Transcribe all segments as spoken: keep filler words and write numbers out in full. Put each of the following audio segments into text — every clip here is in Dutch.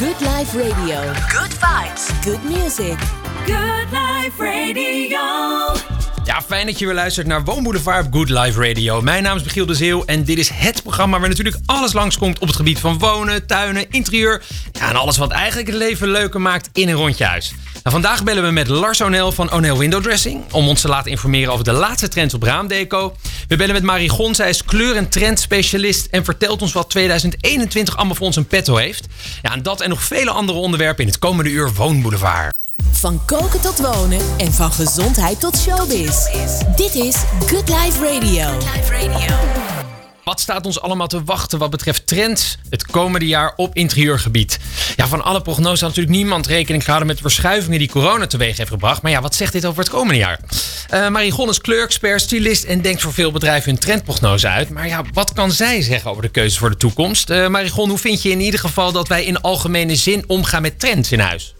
Good Life Radio. Good vibes. Good music. Good Life Radio. Ja, fijn dat je weer luistert naar Woonboulevard op Good Life Radio. Mijn naam is Michiel de Zeeuw en dit is het programma waar natuurlijk alles langskomt op het gebied van wonen, tuinen, interieur. Ja, en alles wat eigenlijk het leven leuker maakt in een rondje huis. Nou, vandaag bellen we met Lars O'Neill van O'Neill Window Dressing om ons te laten informeren over de laatste trends op raamdeco. We bellen met Marie Gon, zij is kleur- en trendspecialist en vertelt ons wat tweeduizend eenentwintig allemaal voor ons in petto heeft. Ja, en dat en nog vele andere onderwerpen in het komende uur Woonboulevard. Van koken tot wonen en van gezondheid tot showbiz. Dit is Good Life Radio. Good Life Radio. Wat staat ons allemaal te wachten wat betreft trends het komende jaar op interieurgebied? Ja, van alle prognoses had natuurlijk niemand rekening gehouden met de verschuivingen die corona teweeg heeft gebracht. Maar ja, wat zegt dit over het komende jaar? Uh, Marie Gon is kleurexpert, stylist en denkt voor veel bedrijven hun trendprognose uit. Maar ja, wat kan zij zeggen over de keuzes voor de toekomst? Uh, Marie Gon, hoe vind je in ieder geval dat wij in algemene zin omgaan met trends in huis?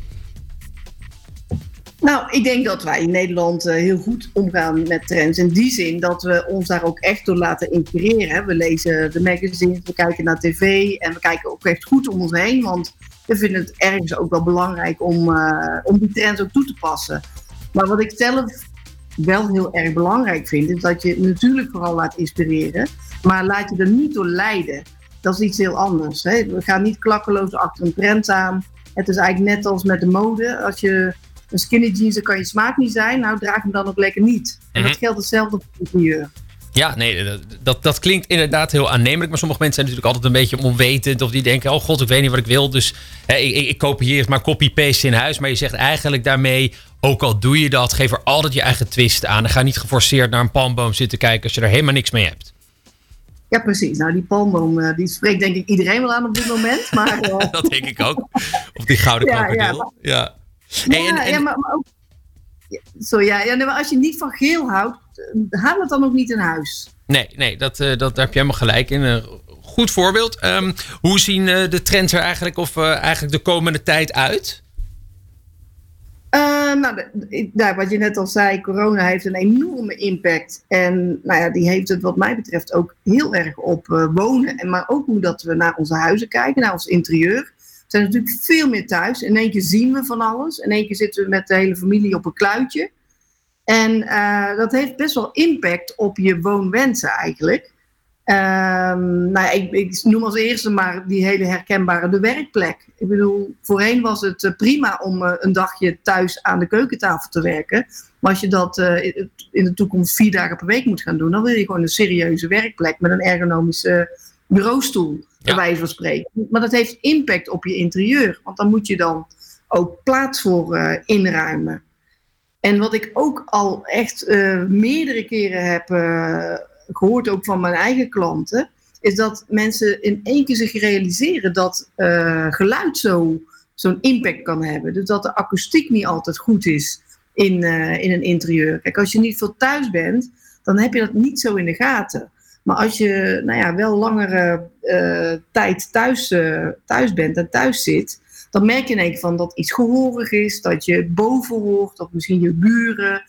Nou, ik denk dat wij in Nederland uh, heel goed omgaan met trends. In die zin dat we ons daar ook echt door laten inspireren. We lezen de magazines, we kijken naar tv en we kijken ook echt goed om ons heen. Want we vinden het ergens ook wel belangrijk om, uh, om die trends ook toe te passen. Maar wat ik zelf wel heel erg belangrijk vind, is dat je natuurlijk vooral laat inspireren. Maar laat je er niet door leiden. Dat is iets heel anders. Hè? We gaan niet klakkeloos achter een trend aan. Het is eigenlijk net als met de mode. Als je een skinny jeans, dan kan je smaak niet zijn. Nou, draag hem dan ook lekker niet. En Mm-hmm. dat geldt hetzelfde voor het interieur. Ja, nee, dat, dat, dat klinkt inderdaad heel aannemelijk. Maar sommige mensen zijn natuurlijk altijd een beetje onwetend. Of die denken, oh god, ik weet niet wat ik wil. Dus hè, ik, ik, ik kopieer het maar copy-paste in huis. Maar je zegt eigenlijk daarmee, ook al doe je dat, geef er altijd je eigen twist aan. En ga niet geforceerd naar een palmboom zitten kijken als je er helemaal niks mee hebt. Ja, precies. Nou, die palmboom, die spreekt denk ik iedereen wel aan op dit moment. Maar, uh... dat denk ik ook. Of die gouden ja, krokodil. ja, maar... ja. Ja, en, en... ja, maar, maar ook... Ja, sorry, ja, ja, nee, maar als je niet van geel houdt, haal het dan ook niet in huis. Nee, nee dat, uh, dat, daar heb je helemaal gelijk in. Uh, goed voorbeeld. Um, hoe zien uh, de trends er eigenlijk, of uh, eigenlijk de komende tijd uit? Uh, nou, de, de, wat je net al zei, corona heeft een enorme impact. En nou ja, die heeft het wat mij betreft ook heel erg op uh, wonen. En maar ook hoe dat we naar onze huizen kijken, naar ons interieur. We zijn natuurlijk veel meer thuis. In één keer zien we van alles. In één keer zitten we met de hele familie op een kluitje. En uh, dat heeft best wel impact op je woonwensen eigenlijk. Um, nou ja, ik, ik noem als eerste maar die hele herkenbare de werkplek. Ik bedoel, voorheen was het uh, prima om uh, een dagje thuis aan de keukentafel te werken. Maar als je dat uh, in de toekomst vier dagen per week moet gaan doen, dan wil je gewoon een serieuze werkplek met een ergonomische bureaustoel. Bij wijze van spreken. Maar dat heeft impact op je interieur. Want dan moet je dan ook plaats voor uh, inruimen. En wat ik ook al echt uh, meerdere keren heb uh, gehoord, ook van mijn eigen klanten, is dat mensen in één keer zich realiseren dat uh, geluid zo, zo'n impact kan hebben. Dus dat de akoestiek niet altijd goed is in, uh, in een interieur. Kijk, als je niet veel thuis bent, dan heb je dat niet zo in de gaten. Maar als je nou ja, wel langere uh, tijd thuis, uh, thuis bent en thuis zit, dan merk je in één keer van dat iets gehoorig is, dat je boven hoort, of misschien je buren.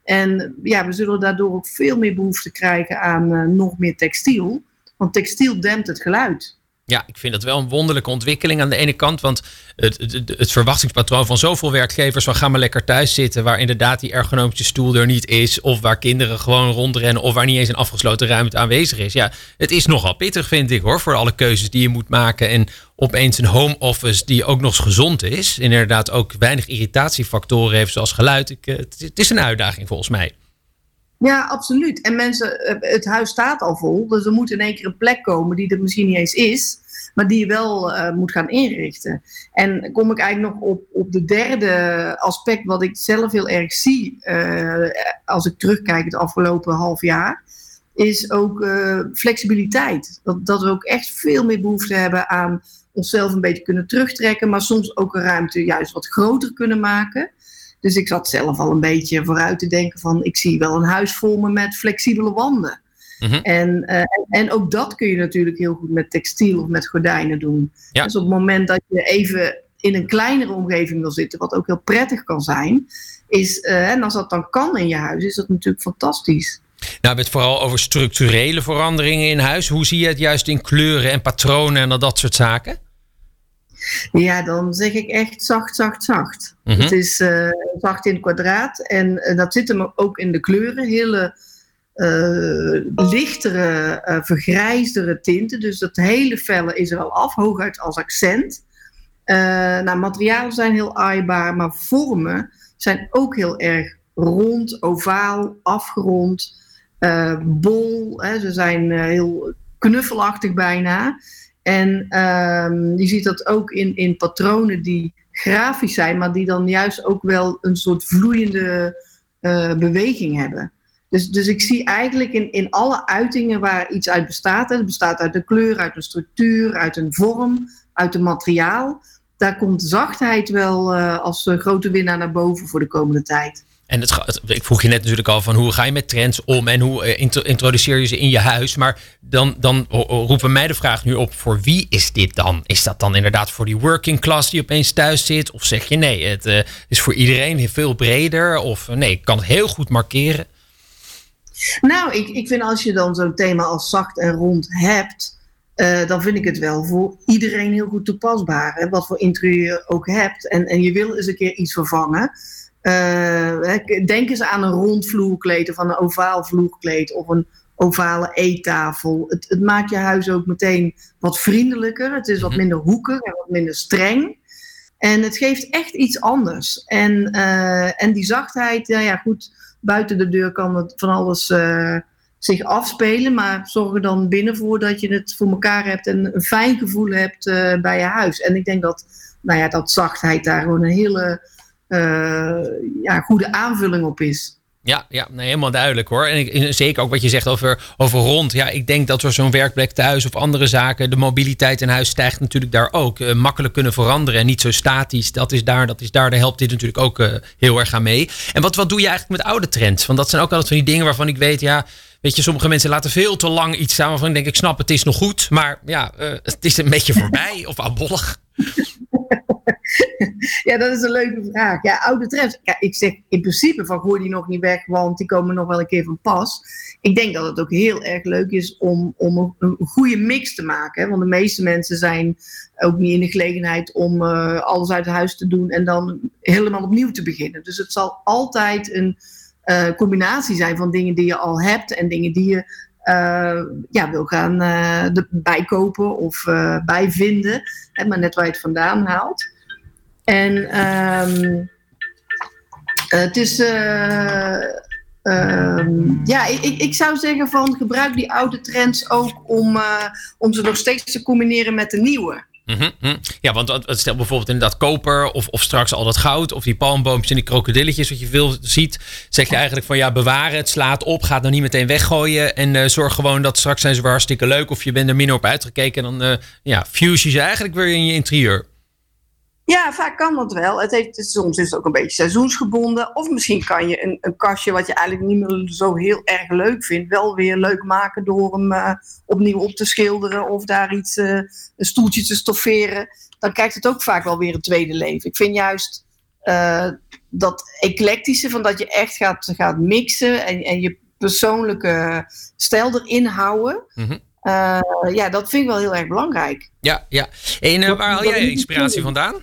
En ja, we zullen daardoor ook veel meer behoefte krijgen aan uh, nog meer textiel. Want textiel dempt het geluid. Ja, ik vind dat wel een wonderlijke ontwikkeling aan de ene kant. Want het, het, het verwachtingspatroon van zoveel werkgevers van ga maar lekker thuis zitten, waar inderdaad die ergonomische stoel er niet is, of waar kinderen gewoon rondrennen, of waar niet eens een afgesloten ruimte aanwezig is. Ja, het is nogal pittig, vind ik hoor, voor alle keuzes die je moet maken. En opeens een home office die ook nog eens gezond is. Inderdaad ook weinig irritatiefactoren heeft, zoals geluid. Ik, het, het is een uitdaging volgens mij. Ja, absoluut. En mensen, het huis staat al vol. Dus er moet in één keer een plek komen die er misschien niet eens is. Maar die je wel uh, moet gaan inrichten. En kom ik eigenlijk nog op, op de derde aspect wat ik zelf heel erg zie. Uh, als ik terugkijk het afgelopen half jaar. Is ook uh, flexibiliteit. Dat, dat we ook echt veel meer behoefte hebben aan onszelf een beetje kunnen terugtrekken. Maar soms ook een ruimte juist wat groter kunnen maken. Dus ik zat zelf al een beetje vooruit te denken van, ik zie wel een huis voor me met flexibele wanden. Mm-hmm. En, uh, en, en ook dat kun je natuurlijk heel goed met textiel of met gordijnen doen. Ja. Dus op het moment dat je even in een kleinere omgeving wil zitten, wat ook heel prettig kan zijn, is, uh, en als dat dan kan in je huis, is dat natuurlijk fantastisch. Nou, we hebben het vooral over structurele veranderingen in huis. Hoe zie je het juist in kleuren en patronen en al dat soort zaken? Ja, dan zeg ik echt zacht, zacht, zacht. Mm-hmm. Het is uh, zacht in het kwadraat. En uh, dat zit hem ook in de kleuren. Hele uh, lichtere, uh, vergrijzdere tinten. Dus dat hele felle is er al af. Hooguit als accent. Uh, nou, materialen zijn heel aaibaar. Maar vormen zijn ook heel erg rond, ovaal, afgerond. Uh, bol. Hè, ze zijn uh, heel knuffelachtig bijna. En um, je ziet dat ook in, in patronen die grafisch zijn, maar die dan juist ook wel een soort vloeiende uh, beweging hebben. Dus, dus ik zie eigenlijk in, in alle uitingen waar iets uit bestaat, hè, het bestaat uit een kleur, uit een structuur, uit een vorm, uit een materiaal. Daar komt zachtheid wel uh, als uh, grote winnaar naar boven voor de komende tijd. En het, het, ik vroeg je net natuurlijk al van hoe ga je met trends om en hoe uh, introduceer je ze in je huis. Maar dan, dan roepen mij de vraag nu op, voor wie is dit dan? Is dat dan inderdaad voor die working class die opeens thuis zit? Of zeg je nee, het uh, is voor iedereen veel breder? Of uh, nee, ik kan het heel goed markeren? Nou, ik, ik vind als je dan zo'n thema als zacht en rond hebt, uh, dan vind ik het wel voor iedereen heel goed toepasbaar. Hè? Wat voor interieur je ook hebt. En, en je wil eens een keer iets vervangen. Uh, denk eens aan een rond vloerkleed of aan een ovaal vloerkleed of een ovale eettafel. Het, het maakt je huis ook meteen wat vriendelijker. Het is wat minder hoekig en wat minder streng. En het geeft echt iets anders. En, uh, en die zachtheid, nou ja goed, buiten de deur kan het van alles uh, zich afspelen. Maar zorg er dan binnen voor dat je het voor elkaar hebt en een fijn gevoel hebt uh, bij je huis. En ik denk dat, nou ja, dat zachtheid daar gewoon een hele Uh, ja, goede aanvulling op is. Ja, ja nee, helemaal duidelijk hoor. En ik, zeker ook wat je zegt over, over rond. Ja, ik denk dat er zo'n werkplek thuis of andere zaken, de mobiliteit in huis stijgt natuurlijk daar ook. Uh, makkelijk kunnen veranderen en niet zo statisch. Dat is daar, dat is daar. Daar helpt dit natuurlijk ook uh, heel erg aan mee. En wat, wat doe je eigenlijk met oude trends? Want dat zijn ook altijd van die dingen waarvan ik weet, ja, weet je, sommige mensen laten veel te lang iets staan waarvan ik denk, ik snap, het is nog goed. Maar ja, uh, het is een beetje voorbij of aanbollig. Ja, dat is een leuke vraag. Ja, oude trends. Ja, ik zeg in principe van gooi die nog niet weg, want die komen nog wel een keer van pas. Ik denk dat het ook heel erg leuk is om, om een, een goede mix te maken. Hè? Want de meeste mensen zijn ook niet in de gelegenheid om uh, alles uit huis te doen en dan helemaal opnieuw te beginnen. Dus het zal altijd een uh, combinatie zijn van dingen die je al hebt en dingen die je uh, ja, wil gaan uh, bijkopen of uh, bijvinden. Hè? Maar net waar je het vandaan haalt. En um, het is, uh, um, ja, ik, ik zou zeggen van gebruik die oude trends ook om, uh, om ze nog steeds te combineren met de nieuwe. Mm-hmm. Ja, want stel bijvoorbeeld inderdaad koper of, of straks al dat goud of die palmboompjes en die krokodilletjes wat je veel ziet. Zeg je eigenlijk van ja, bewaren, het slaat op, ga het nou niet meteen weggooien en uh, zorg gewoon dat straks zijn ze weer hartstikke leuk of je bent er minder op uitgekeken en dan uh, ja, fuse je ze eigenlijk weer in je interieur. Ja, vaak kan dat wel. Het heeft, soms is het ook een beetje seizoensgebonden. Of misschien kan je een, een kastje wat je eigenlijk niet meer zo heel erg leuk vindt, wel weer leuk maken door hem uh, opnieuw op te schilderen of daar iets, uh, een stoeltje te stofferen. Dan krijgt het ook vaak wel weer een tweede leven. Ik vind juist uh, dat eclectische, van dat je echt gaat, gaat mixen en, en je persoonlijke stijl erin houden. Mm-hmm. Uh, ja, dat vind ik wel heel erg belangrijk. Ja, ja. En uh, waar haal jij je inspiratie vandaan?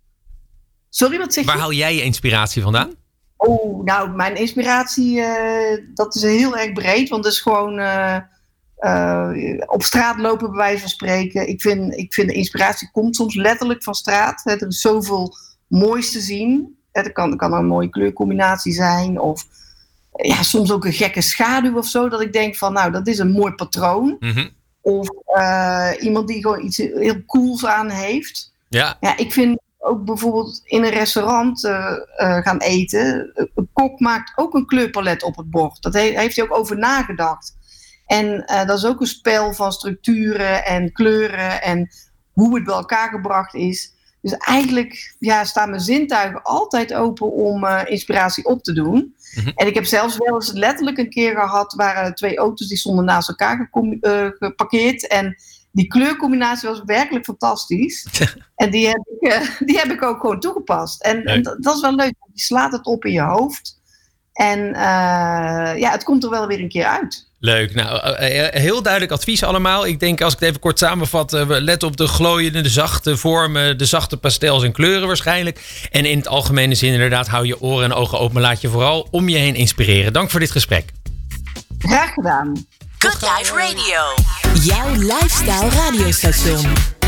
Sorry, wat zeg je? Waar haal jij je inspiratie vandaan? Oh, nou, mijn inspiratie, uh, dat is heel erg breed. Want het is gewoon uh, uh, op straat lopen, bij wijze van spreken. Ik vind, ik vind de inspiratie komt soms letterlijk van straat. Hè. Er is zoveel moois te zien. Het kan, kan een mooie kleurcombinatie zijn. Of ja, soms ook een gekke schaduw of zo. Dat ik denk van, nou, dat is een mooi patroon. Mm-hmm. Of uh, iemand die gewoon iets heel cools aan heeft. Ja. Ja, ik vind ook bijvoorbeeld in een restaurant uh, uh, gaan eten. Een kok maakt ook een kleurpalet op het bord. Daar he- heeft hij ook over nagedacht. En uh, dat is ook een spel van structuren en kleuren en hoe het bij elkaar gebracht is. Dus eigenlijk ja, staan mijn zintuigen altijd open om uh, inspiratie op te doen. Mm-hmm. En ik heb zelfs wel eens letterlijk een keer gehad, waren twee auto's die stonden naast elkaar gecom- uh, geparkeerd. En die kleurcombinatie was werkelijk fantastisch. En die heb, ik, uh, die heb ik ook gewoon toegepast. En, en dat, dat is wel leuk. Je slaat het op in je hoofd. En uh, ja, het komt er wel weer een keer uit. Leuk. Nou, heel duidelijk advies allemaal. Ik denk, als ik het even kort samenvat, let op de glooiende, de zachte vormen, de zachte pastels en kleuren waarschijnlijk. En in het algemene zin inderdaad, hou je oren en ogen open, maar laat je vooral om je heen inspireren. Dank voor dit gesprek. Graag gedaan. Good Life Radio. Jouw lifestyle radiostation.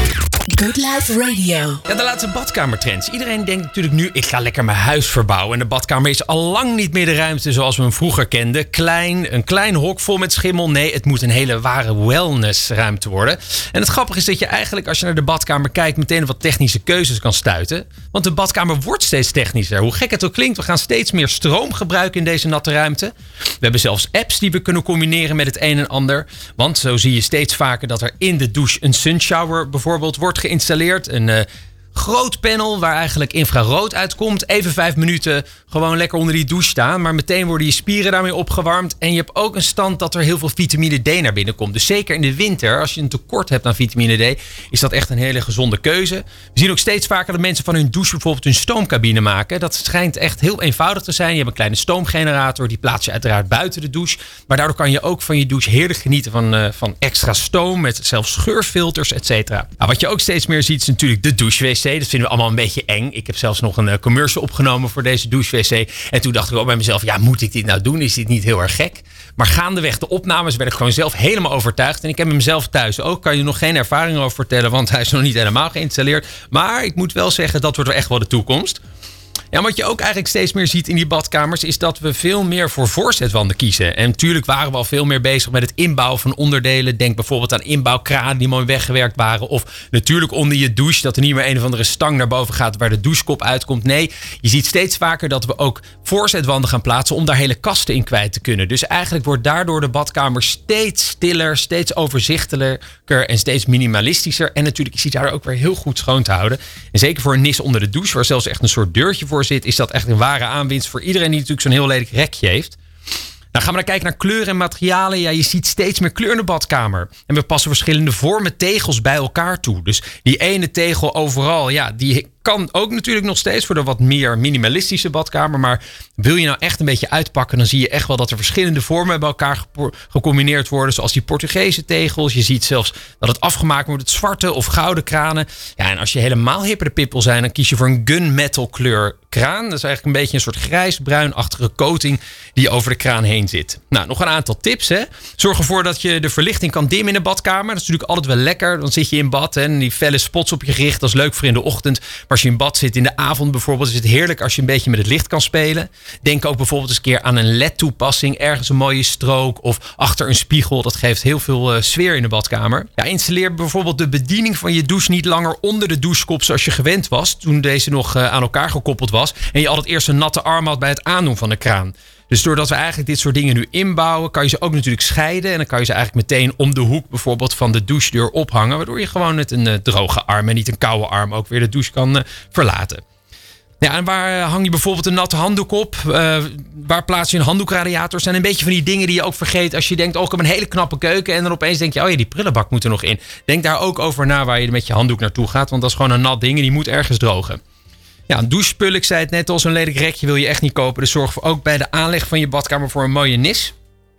Good Life Radio. Ja, de laatste badkamertrends. Iedereen denkt natuurlijk nu, ik ga lekker mijn huis verbouwen. En de badkamer is al lang niet meer de ruimte zoals we hem vroeger kenden. Klein, een klein hok vol met schimmel. Nee, het moet een hele ware wellnessruimte worden. En het grappige is dat je eigenlijk, als je naar de badkamer kijkt, meteen wat technische keuzes kan stuiten. Want de badkamer wordt steeds technischer. Hoe gek het ook klinkt, we gaan steeds meer stroom gebruiken in deze natte ruimte. We hebben zelfs apps die we kunnen combineren met het een en ander. Want zo zie je steeds vaker dat er in de douche een sunshower bijvoorbeeld wordt geïnstalleerd. Een uh, groot panel waar eigenlijk infrarood uitkomt. Even vijf minuten gewoon lekker onder die douche staan. Maar meteen worden je spieren daarmee opgewarmd. En je hebt ook een stand dat er heel veel vitamine D naar binnen komt. Dus zeker in de winter, als je een tekort hebt aan vitamine D, is dat echt een hele gezonde keuze. We zien ook steeds vaker dat mensen van hun douche bijvoorbeeld hun stoomcabine maken. Dat schijnt echt heel eenvoudig te zijn. Je hebt een kleine stoomgenerator. Die plaats je uiteraard buiten de douche. Maar daardoor kan je ook van je douche heerlijk genieten van, uh, van extra stoom. Met zelfs scheurfilters, et cetera. Nou, wat je ook steeds meer ziet is natuurlijk de douche-wc. Dat vinden we allemaal een beetje eng. Ik heb zelfs nog een uh, commercial opgenomen voor deze douche-wc. En toen dacht ik ook bij mezelf, ja, moet ik dit nou doen? Is dit niet heel erg gek? Maar gaandeweg de opnames werd ik gewoon zelf helemaal overtuigd. En ik heb hem zelf thuis ook. Kan je nog geen ervaring over vertellen, want hij is nog niet helemaal geïnstalleerd. Maar ik moet wel zeggen, dat wordt echt wel de toekomst. Ja, wat je ook eigenlijk steeds meer ziet in die badkamers is dat we veel meer voor voorzetwanden kiezen. En natuurlijk waren we al veel meer bezig met het inbouwen van onderdelen. Denk bijvoorbeeld aan inbouwkranen die mooi weggewerkt waren. Of natuurlijk onder je douche dat er niet meer een of andere stang naar boven gaat waar de douchekop uitkomt. Nee, je ziet steeds vaker dat we ook voorzetwanden gaan plaatsen om daar hele kasten in kwijt te kunnen. Dus eigenlijk wordt daardoor de badkamer steeds stiller, steeds overzichtelijker en steeds minimalistischer. En natuurlijk is die daar ook weer heel goed schoon te houden. En zeker voor een nis onder de douche, waar zelfs echt een soort deurtje voor zit, is dat echt een ware aanwinst voor iedereen die natuurlijk zo'n heel lelijk rekje heeft. Nou, gaan we dan kijken naar kleuren en materialen. Ja, je ziet steeds meer kleur in de badkamer. En we passen verschillende vormen tegels bij elkaar toe. Dus die ene tegel overal, ja, die kan ook natuurlijk nog steeds voor de wat meer minimalistische badkamer. Maar wil je nou echt een beetje uitpakken, dan zie je echt wel dat er verschillende vormen bij elkaar gecombineerd worden. Zoals die Portugese tegels. Je ziet zelfs dat het afgemaakt wordt met zwarte of gouden kranen. Ja, en als je helemaal hippere pip wil zijn, dan kies je voor een gunmetal kleur kraan. Dat is eigenlijk een beetje een soort grijs-bruinachtige coating die over de kraan heen zit. Nou, nog een aantal tips, hè. Zorg ervoor dat je de verlichting kan dimmen in de badkamer. Dat is natuurlijk altijd wel lekker. Dan zit je in bad hè, en die felle spots op je gericht. Dat is leuk voor in de ochtend. Maar als je in bad zit in de avond bijvoorbeeld, is het heerlijk als je een beetje met het licht kan spelen. Denk ook bijvoorbeeld eens een keer aan een L E D-toepassing. Ergens een mooie strook of achter een spiegel. Dat geeft heel veel uh, sfeer in de badkamer. Ja, installeer bijvoorbeeld de bediening van je douche niet langer onder de douchekop zoals je gewend was. Toen deze nog uh, aan elkaar gekoppeld was. En je altijd eerst een natte arm had bij het aandoen van de kraan. Dus doordat we eigenlijk dit soort dingen nu inbouwen, kan je ze ook natuurlijk scheiden. En dan kan je ze eigenlijk meteen om de hoek bijvoorbeeld van de douchedeur ophangen. Waardoor je gewoon met een uh, droge arm en niet een koude arm ook weer de douche kan uh, verlaten. Ja, en waar hang je bijvoorbeeld een natte handdoek op? Uh, waar plaats je een handdoekradiator? Zijn een beetje van die dingen die je ook vergeet als je denkt, oh, ik heb een hele knappe keuken. En dan opeens denk je, oh ja, die prullenbak moet er nog in. Denk daar ook over na waar je met je handdoek naartoe gaat. Want dat is gewoon een nat ding en die moet ergens drogen. Ja, een douchespul, ik zei het net al, zo'n lelijk rekje wil je echt niet kopen. Dus zorg ook bij de aanleg van je badkamer voor een mooie nis.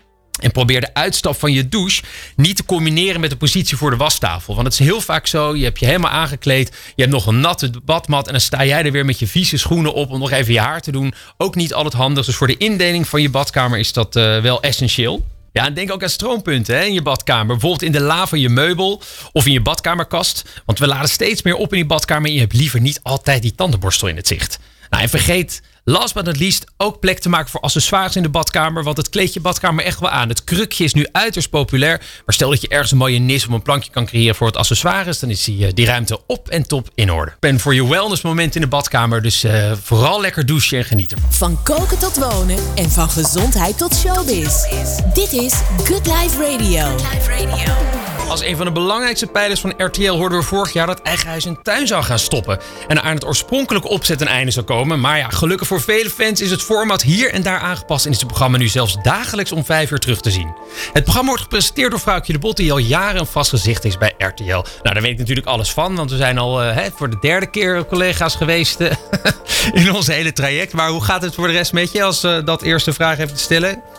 En probeer de uitstap van je douche niet te combineren met de positie voor de wastafel. Want het is heel vaak zo, je hebt je helemaal aangekleed. Je hebt nog een natte badmat en dan sta jij er weer met je vieze schoenen op om nog even je haar te doen. Ook niet altijd handig. Dus voor de indeling van je badkamer is dat uh, wel essentieel. Ja, en denk ook aan stroompunten hè, in je badkamer. Bijvoorbeeld in de la van je meubel of in je badkamerkast. Want we laden steeds meer op in die badkamer en je hebt liever niet altijd die tandenborstel in het zicht. Nou, en vergeet last but not least ook plek te maken voor accessoires in de badkamer. Want het kleedt je badkamer echt wel aan. Het krukje is nu uiterst populair. Maar stel dat je ergens een mooie nis of een plankje kan creëren voor het accessoires. Dan is die, die ruimte op en top in orde. Ik ben voor je wellnessmoment in de badkamer. Dus uh, vooral lekker douchen en genieten ervan. Van koken tot wonen en van gezondheid tot showbiz. Dit is Good Life Radio. Good Life Radio. Als een van de belangrijkste pijlers van R T L hoorden we vorig jaar dat Eigen Huis en Tuin zou gaan stoppen. En aan het oorspronkelijke opzet een einde zou komen. Maar ja, gelukkig voor vele fans is het format hier en daar aangepast en is het programma nu zelfs dagelijks om vijf uur terug te zien. Het programma wordt gepresenteerd door Vrouwtje de Bot, die al jaren een vast gezicht is bij R T L. Nou, daar weet ik natuurlijk alles van, want we zijn al uh, hè, voor de derde keer collega's geweest uh, in ons hele traject. Maar hoe gaat het voor de rest met je als uh, dat eerste vraag even te stellen?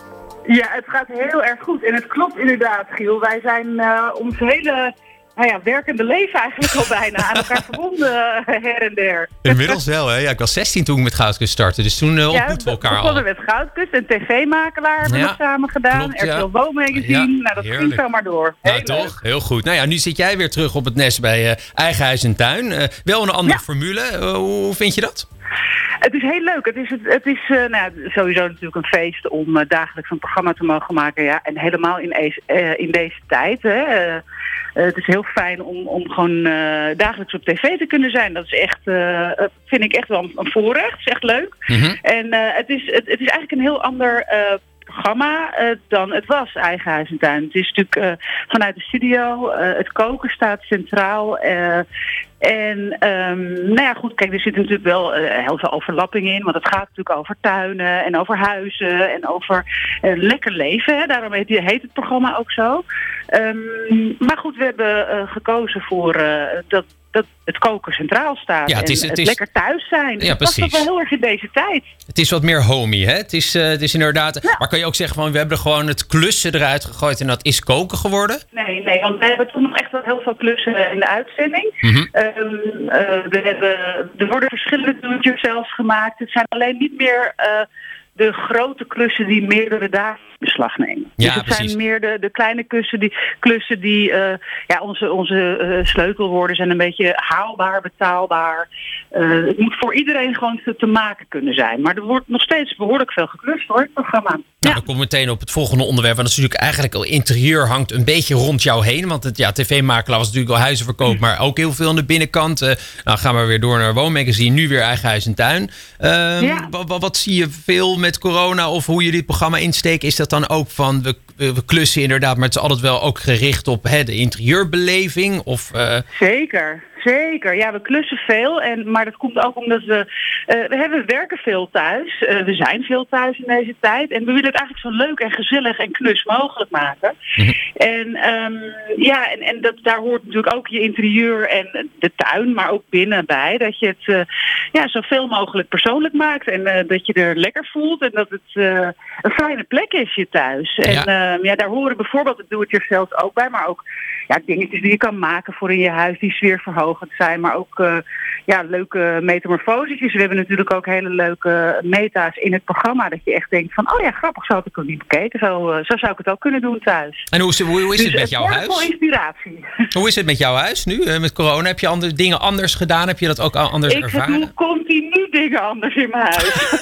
Ja, het gaat heel erg goed. En het klopt inderdaad, Giel. Wij zijn uh, ons hele nou ja, werkende leven eigenlijk al bijna aan elkaar verbonden uh, her en der. Inmiddels wel, hè? Ja, ik was zestien toen ik met Goudkust startte. Dus toen uh, ontmoeten ja, we elkaar al. We begonnen met Goudkust en tv-makelaar hebben we Ja, samen gedaan. klopt, R T L ja. Woon Magazine. Ja, nou, dat heerlijk. ging zomaar door. Nou, Heel toch? leuk. Heel goed. Nou ja, nu zit jij weer terug op het nest bij uh, Eigen Huis en Tuin. Uh, wel een andere Ja. formule. Uh, hoe vind je dat? Het is heel leuk. Het is, het, het is uh, nou, ja, sowieso natuurlijk een feest om uh, dagelijks een programma te mogen maken. Ja, en helemaal in, ees, uh, in deze tijd. Hè. Uh, uh, het is heel fijn om, om gewoon uh, dagelijks op tv te kunnen zijn. Dat is echt, uh, vind ik echt wel een, een voorrecht. Het is echt leuk. Mm-hmm. En uh, het, is, het, het is eigenlijk een heel ander uh, programma uh, dan het was, Eigen Huis en Tuin. Het is natuurlijk uh, vanuit de studio. Uh, het koken staat centraal. Uh, En um, nou ja, goed, kijk, er zit natuurlijk wel uh, heel veel overlapping in. Want het gaat natuurlijk over tuinen en over huizen en over uh, lekker leven. Hè. Daarom heet, heet het programma ook zo. Um, maar goed, we hebben uh, gekozen voor uh, dat, dat het koken centraal staat. Ja, het is- en het het is- lekker thuis zijn. Ja, Dat past ook precies. wel heel erg in deze tijd. Het is wat meer homey, hè? Het is, uh, het is inderdaad... Ja. Maar kan je ook zeggen van, we hebben er gewoon het klussen eruit gegooid en dat is koken geworden? Nee, nee, want we hebben toen nog echt wel heel veel klussen in de uitzending. Mm-hmm. Um, uh, we hebben, er worden verschillende do-it-yourselfs gemaakt. Het zijn alleen niet meer uh, de grote klussen die meerdere dagen in beslag nemen. Ja, dus het precies. zijn meer de, de kleine klussen die, klussen die uh, ja, onze, onze uh, sleutelwoorden zijn een beetje haalbaar, betaalbaar. Uh, het moet voor iedereen gewoon te, te maken kunnen zijn. Maar er wordt nog steeds behoorlijk veel geklust hoor, het programma. Nou, Ja. dan komen we meteen op het volgende onderwerp. Want dat is natuurlijk eigenlijk al interieur hangt een beetje rond jou heen. Want het ja, tv-makelaar was natuurlijk al huizenverkoop, maar ook heel veel aan de binnenkant. Uh, nou gaan we weer door naar Woonmagazine. Nu weer Eigen Huis en Tuin. Um, Ja. wat, wat, wat zie je veel met corona of hoe je dit programma insteekt? Is dat dan ook van, we, we klussen inderdaad, maar het is altijd wel ook gericht op hè, de interieurbeleving? Of, uh... Zeker, zeker. Ja, we klussen veel. En, maar dat komt ook omdat we... Uh, we, hebben, we werken veel thuis. Uh, we zijn veel thuis in deze tijd. En we willen het eigenlijk zo leuk en gezellig en knus mogelijk maken. Mhm. En um, ja, en, en dat, daar hoort natuurlijk ook je interieur en de tuin, maar ook binnen bij. Dat je het uh, ja, zoveel mogelijk persoonlijk maakt. En uh, dat je er lekker voelt. En dat het uh, een fijne plek is, je thuis. En Ja. uh, ja, daar horen bijvoorbeeld het do-it-yourself ook bij. Maar ook ja, dingetjes die je kan maken voor in je huis die sfeerverhogend zijn. Maar ook uh, ja, leuke metamorfoses. We hebben natuurlijk ook hele leuke meta's in het programma. Dat je echt denkt van, oh ja, grappig, zo had ik ook niet bekeken. Zo, uh, zo zou ik het ook kunnen doen thuis. En hoe is, hoe, hoe is Dus het met jouw wordt vol huis? inspiratie. Hoe is het met jouw huis nu? Uh, met corona, heb je andere dingen anders gedaan? Heb je dat ook al anders Ik ervaren? doe continu dingen anders in mijn huis.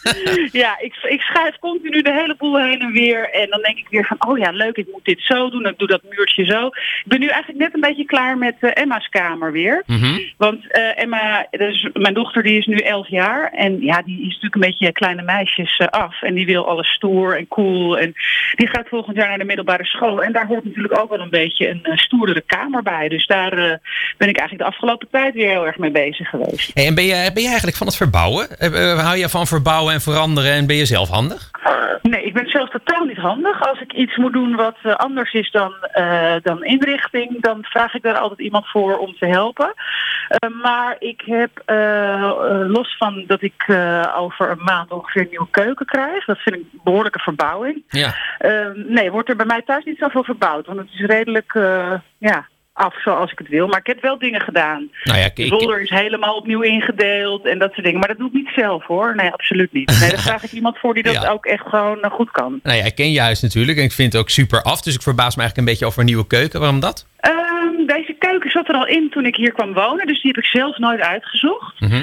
ja, ik, ik schuif continu de hele boel heen en weer. En dan denk ik weer van, oh ja, leuk, ik moet dit zo doen. Ik doe dat muurtje zo. Ik ben nu eigenlijk net een beetje klaar met uh, Emma's kamer weer. Mhm. Want uh, Emma, dus mijn dochter, die is nu elf jaar. En ja, die is natuurlijk een beetje kleine meisjes uh, af. En die wil alles stoer en cool. En die gaat volgend jaar naar de middelbare school. En daar hoort natuurlijk ook wel een beetje een uh, stoerdere kamer bij. Dus daar uh, ben ik eigenlijk de afgelopen tijd weer heel erg mee bezig geweest. Hey, en ben je, ben je eigenlijk van het verbouwen? Uh, hou je van verbouwen en veranderen en ben je zelf handig? Nee, ik ben zelf totaal niet handig. Als ik iets moet doen wat uh, anders is dan, uh, dan inrichting, dan vraag ik daar altijd iemand voor om te helpen. Uh, maar ik heb, uh, uh, los van dat ik uh, over een maand ongeveer een nieuwe keuken krijg, dat vind ik een behoorlijke verbouwing. Ja. Uh, nee, wordt er bij mij thuis niet zoveel verbouwd, want het is redelijk, uh, ja... af zoals ik het wil. Maar ik heb wel dingen gedaan. Nou ja, De ik, zolder is helemaal opnieuw ingedeeld en dat soort dingen. Maar dat doe ik niet zelf hoor. Nee, absoluut niet. Nee, daar vraag ik iemand voor die dat Ja. ook echt gewoon uh, goed kan. nou ja, ik ken je huis natuurlijk en ik vind het ook super af. Dus ik verbaas me eigenlijk een beetje over een nieuwe keuken. Waarom dat? Um, deze keuken zat er al in toen ik hier kwam wonen. Dus die heb ik zelf nooit uitgezocht. Mhm.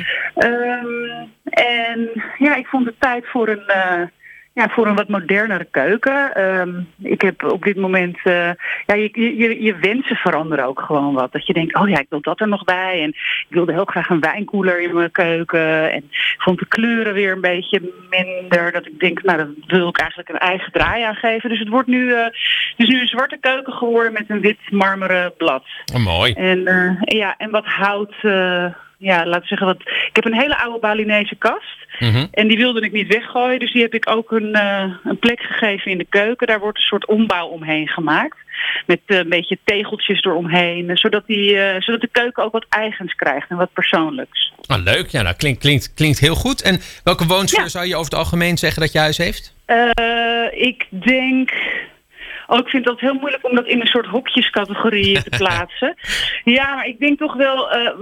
Um, en ja, ik vond het tijd voor een... Uh, Ja, voor een wat modernere keuken. Um, ik heb op dit moment... Uh, ja, je, je, je wensen veranderen ook gewoon wat. Dat je denkt, oh ja, ik wil dat er nog bij. En ik wilde heel graag een wijnkoeler in mijn keuken. En ik vond de kleuren weer een beetje minder. Dat ik denk, nou, dat wil ik eigenlijk een eigen draai aan geven. Dus het wordt nu, uh, het is nu een zwarte keuken geworden met een wit marmeren blad. Oh, mooi. En, uh, ja, en wat hout... Uh, Ja, laten we zeggen, wat ik heb een hele oude Balinese kast. Mm-hmm. En die wilde ik niet weggooien. Dus die heb ik ook een, uh, een plek gegeven in de keuken. Daar wordt een soort ombouw omheen gemaakt. Met uh, een beetje tegeltjes eromheen. Zodat, die, uh, zodat de keuken ook wat eigens krijgt en wat persoonlijks. Ah, leuk. Ja, dat klinkt, klinkt, klinkt heel goed. En welke woonsfeer Ja. zou je over het algemeen zeggen dat je huis heeft? Uh, ik denk... Oh, ik vind dat heel moeilijk om dat in een soort hokjescategorie te plaatsen. Ja, maar ik denk toch wel uh,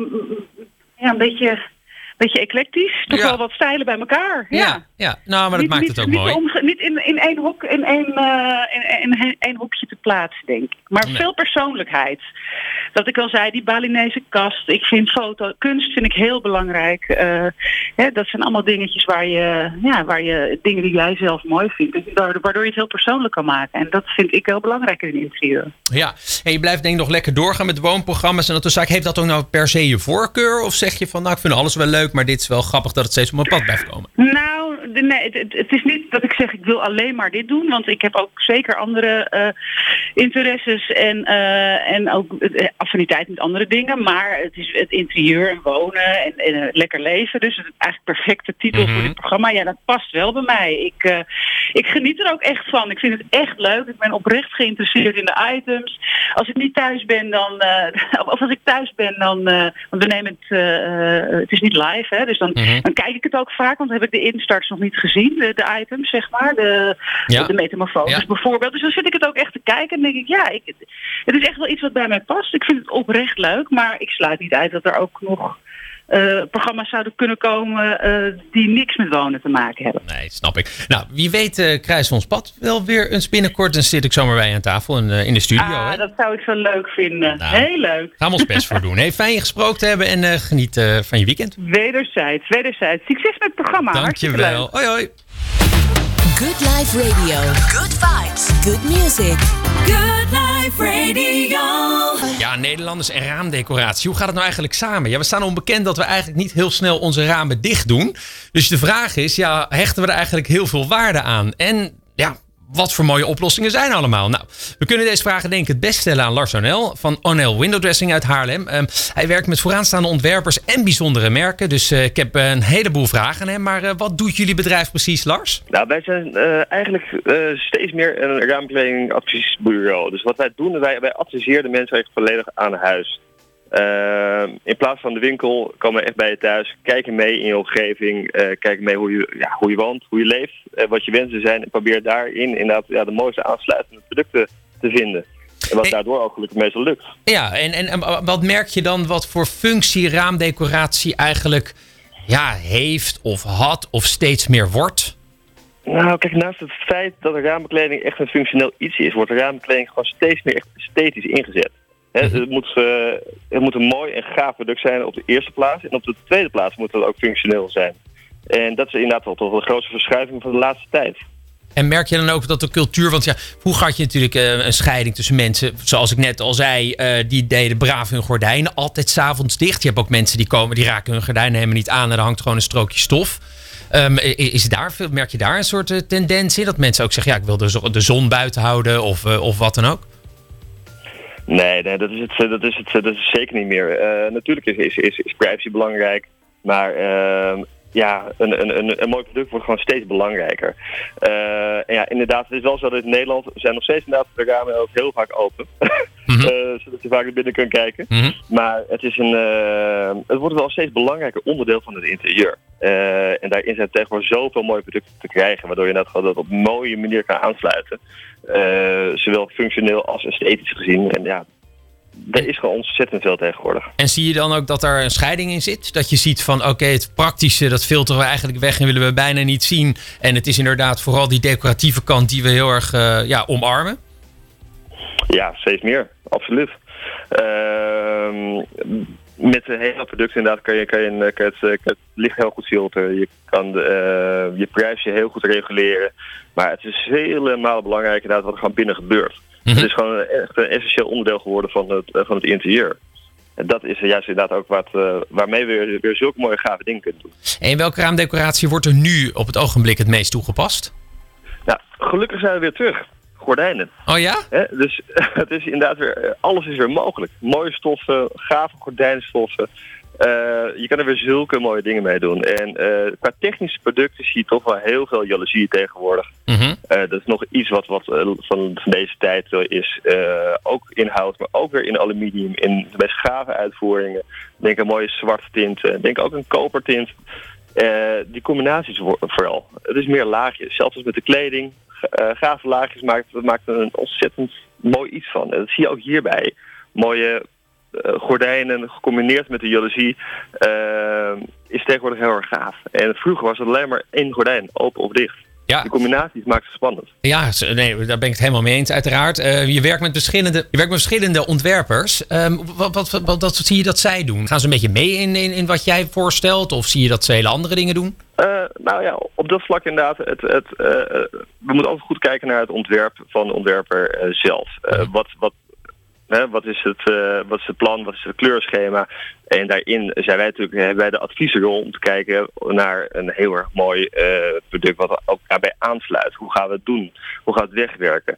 ja, een beetje... Beetje eclectisch, toch Ja. wel wat stijlen bij elkaar. Ja, ja, ja. Nou, maar dat niet, maakt niet, het ook niet mooi. Omge- niet in, in één hok, in één, uh, in, in één hokje te plaatsen, denk ik. Maar Nee. veel persoonlijkheid. Dat ik al zei, die Balinese kast. Ik vind foto, kunst vind ik heel belangrijk. Uh, hè, dat zijn allemaal dingetjes waar je, ja, waar je dingen die jij zelf mooi vindt. Dus waardoor je het heel persoonlijk kan maken. En dat vind ik heel belangrijk in een interieur. Ja, en je blijft denk ik nog lekker doorgaan met woonprogramma's en dat soort zaken. Heeft dat ook nou per se je voorkeur? Of zeg je van, nou, ik vind alles wel leuk, maar dit is wel grappig dat het steeds op mijn pad blijft komen? Nou, de, nee, het, het- het is niet dat ik zeg ik wil alleen maar dit doen. Want ik heb ook zeker andere uh, interesses en, uh, en ook uh, affiniteit met andere dingen. Maar het is het interieur en wonen en, en uh, lekker leven. Dus het is eigenlijk perfecte titel Mm-hmm. voor dit programma. Ja, dat past wel bij mij. Ik, uh, ik geniet er ook echt van. Ik vind het echt leuk. Ik ben oprecht geïnteresseerd in de items. Als ik niet thuis ben, dan... Uh, of als ik thuis ben, dan... Uh, want we nemen het... Uh, uh, het is niet live, hè. Dus dan, Mm-hmm. dan kijk ik het ook vaak. Want dan heb ik de instarts nog niet gezien. De, de items, zeg maar. De, Ja. de metamorfoses Ja. bijvoorbeeld. Dus dan zit ik het ook echt te kijken. En denk ik, ja, ik, het is echt wel iets wat bij mij past. Ik vind het oprecht leuk. Maar ik sluit niet uit dat er ook nog... Uh, programma's zouden kunnen komen uh, die niks met wonen te maken hebben. Nee, snap ik. Nou, wie weet uh, kruisen we ons pad wel weer eens binnenkort. Dan zit ik zomaar bij je aan tafel in, uh, in de studio. Ah, hè? dat zou ik zo leuk vinden. Nou. Heel leuk. Gaan we ons best voor doen. Hey, fijn je gesproken te hebben en uh, geniet uh, van je weekend. Wederzijds, wederzijds. Succes met het programma. Hartstikke leuk. Dankjewel. Hoi hoi. Good Life Radio. Good vibes. Good music. Good Life Radio. Ja, Nederlanders en raamdecoratie. Hoe gaat het nou eigenlijk samen? Ja, we staan onbekend dat we eigenlijk niet heel snel onze ramen dicht doen. Dus de vraag is, ja, hechten we er eigenlijk heel veel waarde aan? En ja, wat voor mooie oplossingen zijn allemaal? Nou, we kunnen deze vragen denk ik het best stellen aan Lars Onel van Onel Window Dressing uit Haarlem. Um, hij werkt met vooraanstaande ontwerpers en bijzondere merken. Dus uh, ik heb uh, een heleboel vragen aan hem. Maar uh, wat doet jullie bedrijf precies, Lars? Nou, wij zijn uh, eigenlijk uh, steeds meer een raamkleding adviesbureau. Dus wat wij doen, wij, wij adviseren de mensen echt volledig aan huis. Uh, in plaats van de winkel komen we echt bij je thuis, kijken mee in je omgeving, uh, kijken mee hoe je, ja, hoe je woont, hoe je leeft, uh, wat je wensen zijn en probeer daarin inderdaad ja, de mooiste aansluitende producten te vinden. En wat Hey. daardoor ook gelukkig meestal lukt. Ja, en, en, en wat merk je dan wat voor functie raamdecoratie eigenlijk ja, heeft of had of steeds meer wordt? Nou, kijk, naast het feit dat de raambekleding echt een functioneel iets is, wordt de raambekleding gewoon steeds meer echt esthetisch ingezet. He, Mm-hmm. het, moet, uh, het moet een mooi en gaaf product zijn op de eerste plaats. En op de tweede plaats moet het ook functioneel zijn. En dat is inderdaad wel toch wel de grootste verschuiving van de laatste tijd. En merk je dan ook dat de cultuur... Want ja, vroeger had je natuurlijk uh, een scheiding tussen mensen... Zoals ik net al zei, uh, die deden braaf hun gordijnen altijd 's avonds dicht. Je hebt ook mensen die komen, die raken hun gordijnen helemaal niet aan... en er hangt gewoon een strookje stof. Um, is daar, merk je daar een soort uh, tendens in? Dat mensen ook zeggen, ja, ik wil de, de zon buiten houden of, uh, of wat dan ook? Nee, nee dat, is het, dat, is het, dat is zeker niet meer. Uh, natuurlijk is, is, is, is privacy belangrijk, maar uh, ja, een, een, een, een mooi product wordt gewoon steeds belangrijker. Uh, en ja, inderdaad, het is wel zo dat in Nederland zijn nog steeds inderdaad de ramen ook heel vaak open. Mm-hmm. uh, zodat je vaak naar binnen kunt kijken. Mm-hmm. Maar het, is een, uh, het wordt wel een steeds belangrijker onderdeel van het interieur. Uh, en daarin zijn tegenwoordig zoveel mooie producten te krijgen, waardoor je dat gewoon dat op een mooie manier kan aansluiten. Uh, zowel functioneel als esthetisch gezien. En ja, er is gewoon ontzettend veel tegenwoordig. En zie je dan ook dat er een scheiding in zit? Dat je ziet van, oké, okay, het praktische, dat filteren we eigenlijk weg en willen we bijna niet zien. En het is inderdaad vooral die decoratieve kant die we heel erg uh, ja, omarmen? Ja, steeds meer. Absoluut. Uh, met de hele producten inderdaad kan je, kan je, kan je, het, kan je het licht heel goed filteren. Je kan de, uh, je prijsje heel goed reguleren. Maar het is helemaal belangrijk inderdaad wat er gewoon binnen gebeurt. Mm-hmm. Het is gewoon echt een essentieel onderdeel geworden van het, van het interieur. En dat is juist inderdaad ook wat, uh, waarmee we weer, weer zulke mooie gave dingen kunnen doen. En welke raamdecoratie wordt er nu op het ogenblik het meest toegepast? Nou, gelukkig zijn we weer terug. Gordijnen. Oh ja? He, dus het is inderdaad weer, alles is weer mogelijk. Mooie stoffen, gave gordijnstoffen. Uh, je kan er weer zulke mooie dingen mee doen. En uh, qua technische producten zie je toch wel heel veel jaloezie tegenwoordig. Mm-hmm. Uh, dat is nog iets wat, wat uh, van, van deze tijd uh, is. Uh, ook in hout, maar ook weer in aluminium. In de meest gave uitvoeringen. Denk een mooie zwarte tint. Uh, denk ook een kopertint. Uh, die combinaties vooral. Het is meer laagjes. Zelfs als met de kleding. Uh, gave laagjes maakt, maakt er een ontzettend mooi iets van. En dat zie je ook hierbij. Mooie uh, gordijnen gecombineerd met de jaloezie uh, is tegenwoordig heel erg gaaf. En vroeger was het alleen maar één gordijn, open of dicht. Ja. Die combinaties maken het spannend. Ja, nee, daar ben ik het helemaal mee eens, uiteraard. Uh, je, werkt met verschillende, je werkt met verschillende ontwerpers. Um, wat, wat, wat, wat zie je dat zij doen? Gaan ze een beetje mee in, in, in wat jij voorstelt? Of zie je dat ze hele andere dingen doen? Uh, nou ja, op dat vlak inderdaad. Het, het, uh, we moeten altijd goed kijken naar het ontwerp van de ontwerper uh, zelf. Uh, ja. wat, wat, hè, wat, is het, uh, wat is het plan? Wat is het kleurschema? En daarin zijn wij natuurlijk, hebben wij de adviesrol om te kijken naar een heel erg mooi uh, product wat ook daarbij aansluit. Hoe gaan we het doen? Hoe gaat het wegwerken?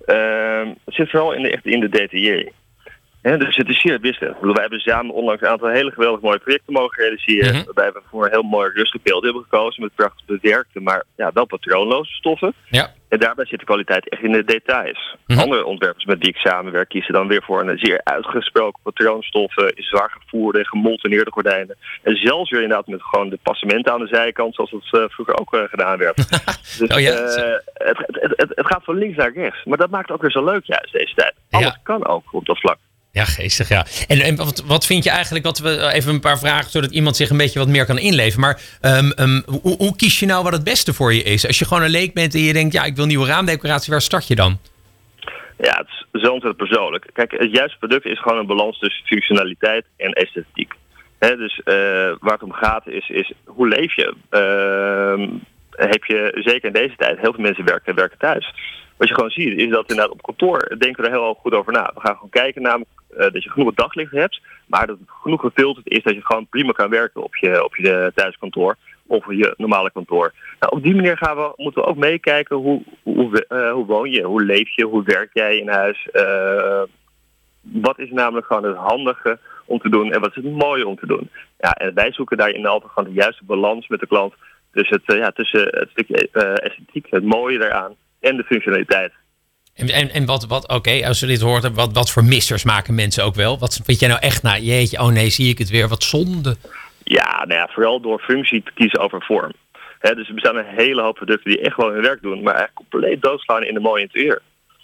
Uh, het zit vooral in de, echt in de detaillering. He, dus het is zeer wisselend. Wij hebben samen onlangs een aantal hele geweldig mooie projecten mogen realiseren. Mm-hmm. Waarbij we voor een heel mooi rustig beeld hebben gekozen met prachtig bewerkte, maar ja, wel patroonloze stoffen. Ja. En daarbij zit de kwaliteit echt in de details. Mm-hmm. Andere ontwerpers met die ik samenwerk kiezen dan weer voor een zeer uitgesproken patroonstoffen, zwaar gevoerde en gemolteneerde gordijnen. En zelfs weer inderdaad met gewoon de passementen aan de zijkant, zoals het uh, vroeger ook uh, gedaan werd. Dus oh, ja. uh, het, het, het, het gaat van links naar rechts. Maar dat maakt het ook weer zo leuk juist deze tijd. Alles ja. kan ook op dat vlak. Ja, geestig, ja. En, en wat, wat vind je eigenlijk, wat we even een paar vragen, zodat iemand zich een beetje wat meer kan inleven. Maar um, um, hoe, hoe kies je nou wat het beste voor je is? Als je gewoon een leek bent en je denkt, ja, ik wil een nieuwe raamdecoratie, waar start je dan? Ja, het is zo ontzettend persoonlijk. Kijk, het juiste product is gewoon een balans tussen functionaliteit en esthetiek. He, dus uh, waar het om gaat is, is hoe leef je? Uh, heb je, zeker in deze tijd, heel veel mensen werken, werken thuis. Wat je gewoon ziet, is dat inderdaad op kantoor denken we er heel goed over na. We gaan gewoon kijken namelijk uh, dat je genoeg daglicht hebt, maar dat het genoeg gefilterd is dat je gewoon prima kan werken op je, op je thuiskantoor of je normale kantoor. Nou, op die manier gaan we, moeten we ook meekijken hoe, hoe, uh, hoe woon je, hoe leef je, hoe werk jij in huis. Uh, wat is namelijk gewoon het handige om te doen en wat is het mooie om te doen. Ja, en wij zoeken daarin altijd gewoon de juiste balans met de klant tussen het, uh, ja, tussen het stukje uh, esthetiek, het mooie daaraan en de functionaliteit. En, en, en wat, wat oké, okay, als we dit horen, wat, wat voor missers maken mensen ook wel? Wat vind jij nou echt, nou jeetje, oh nee, zie ik het weer, wat zonde. Ja, nou ja, vooral door functie te kiezen over vorm. He, dus er bestaan een hele hoop producten die echt wel hun werk doen, maar eigenlijk compleet doodslaan in de mooie interieur.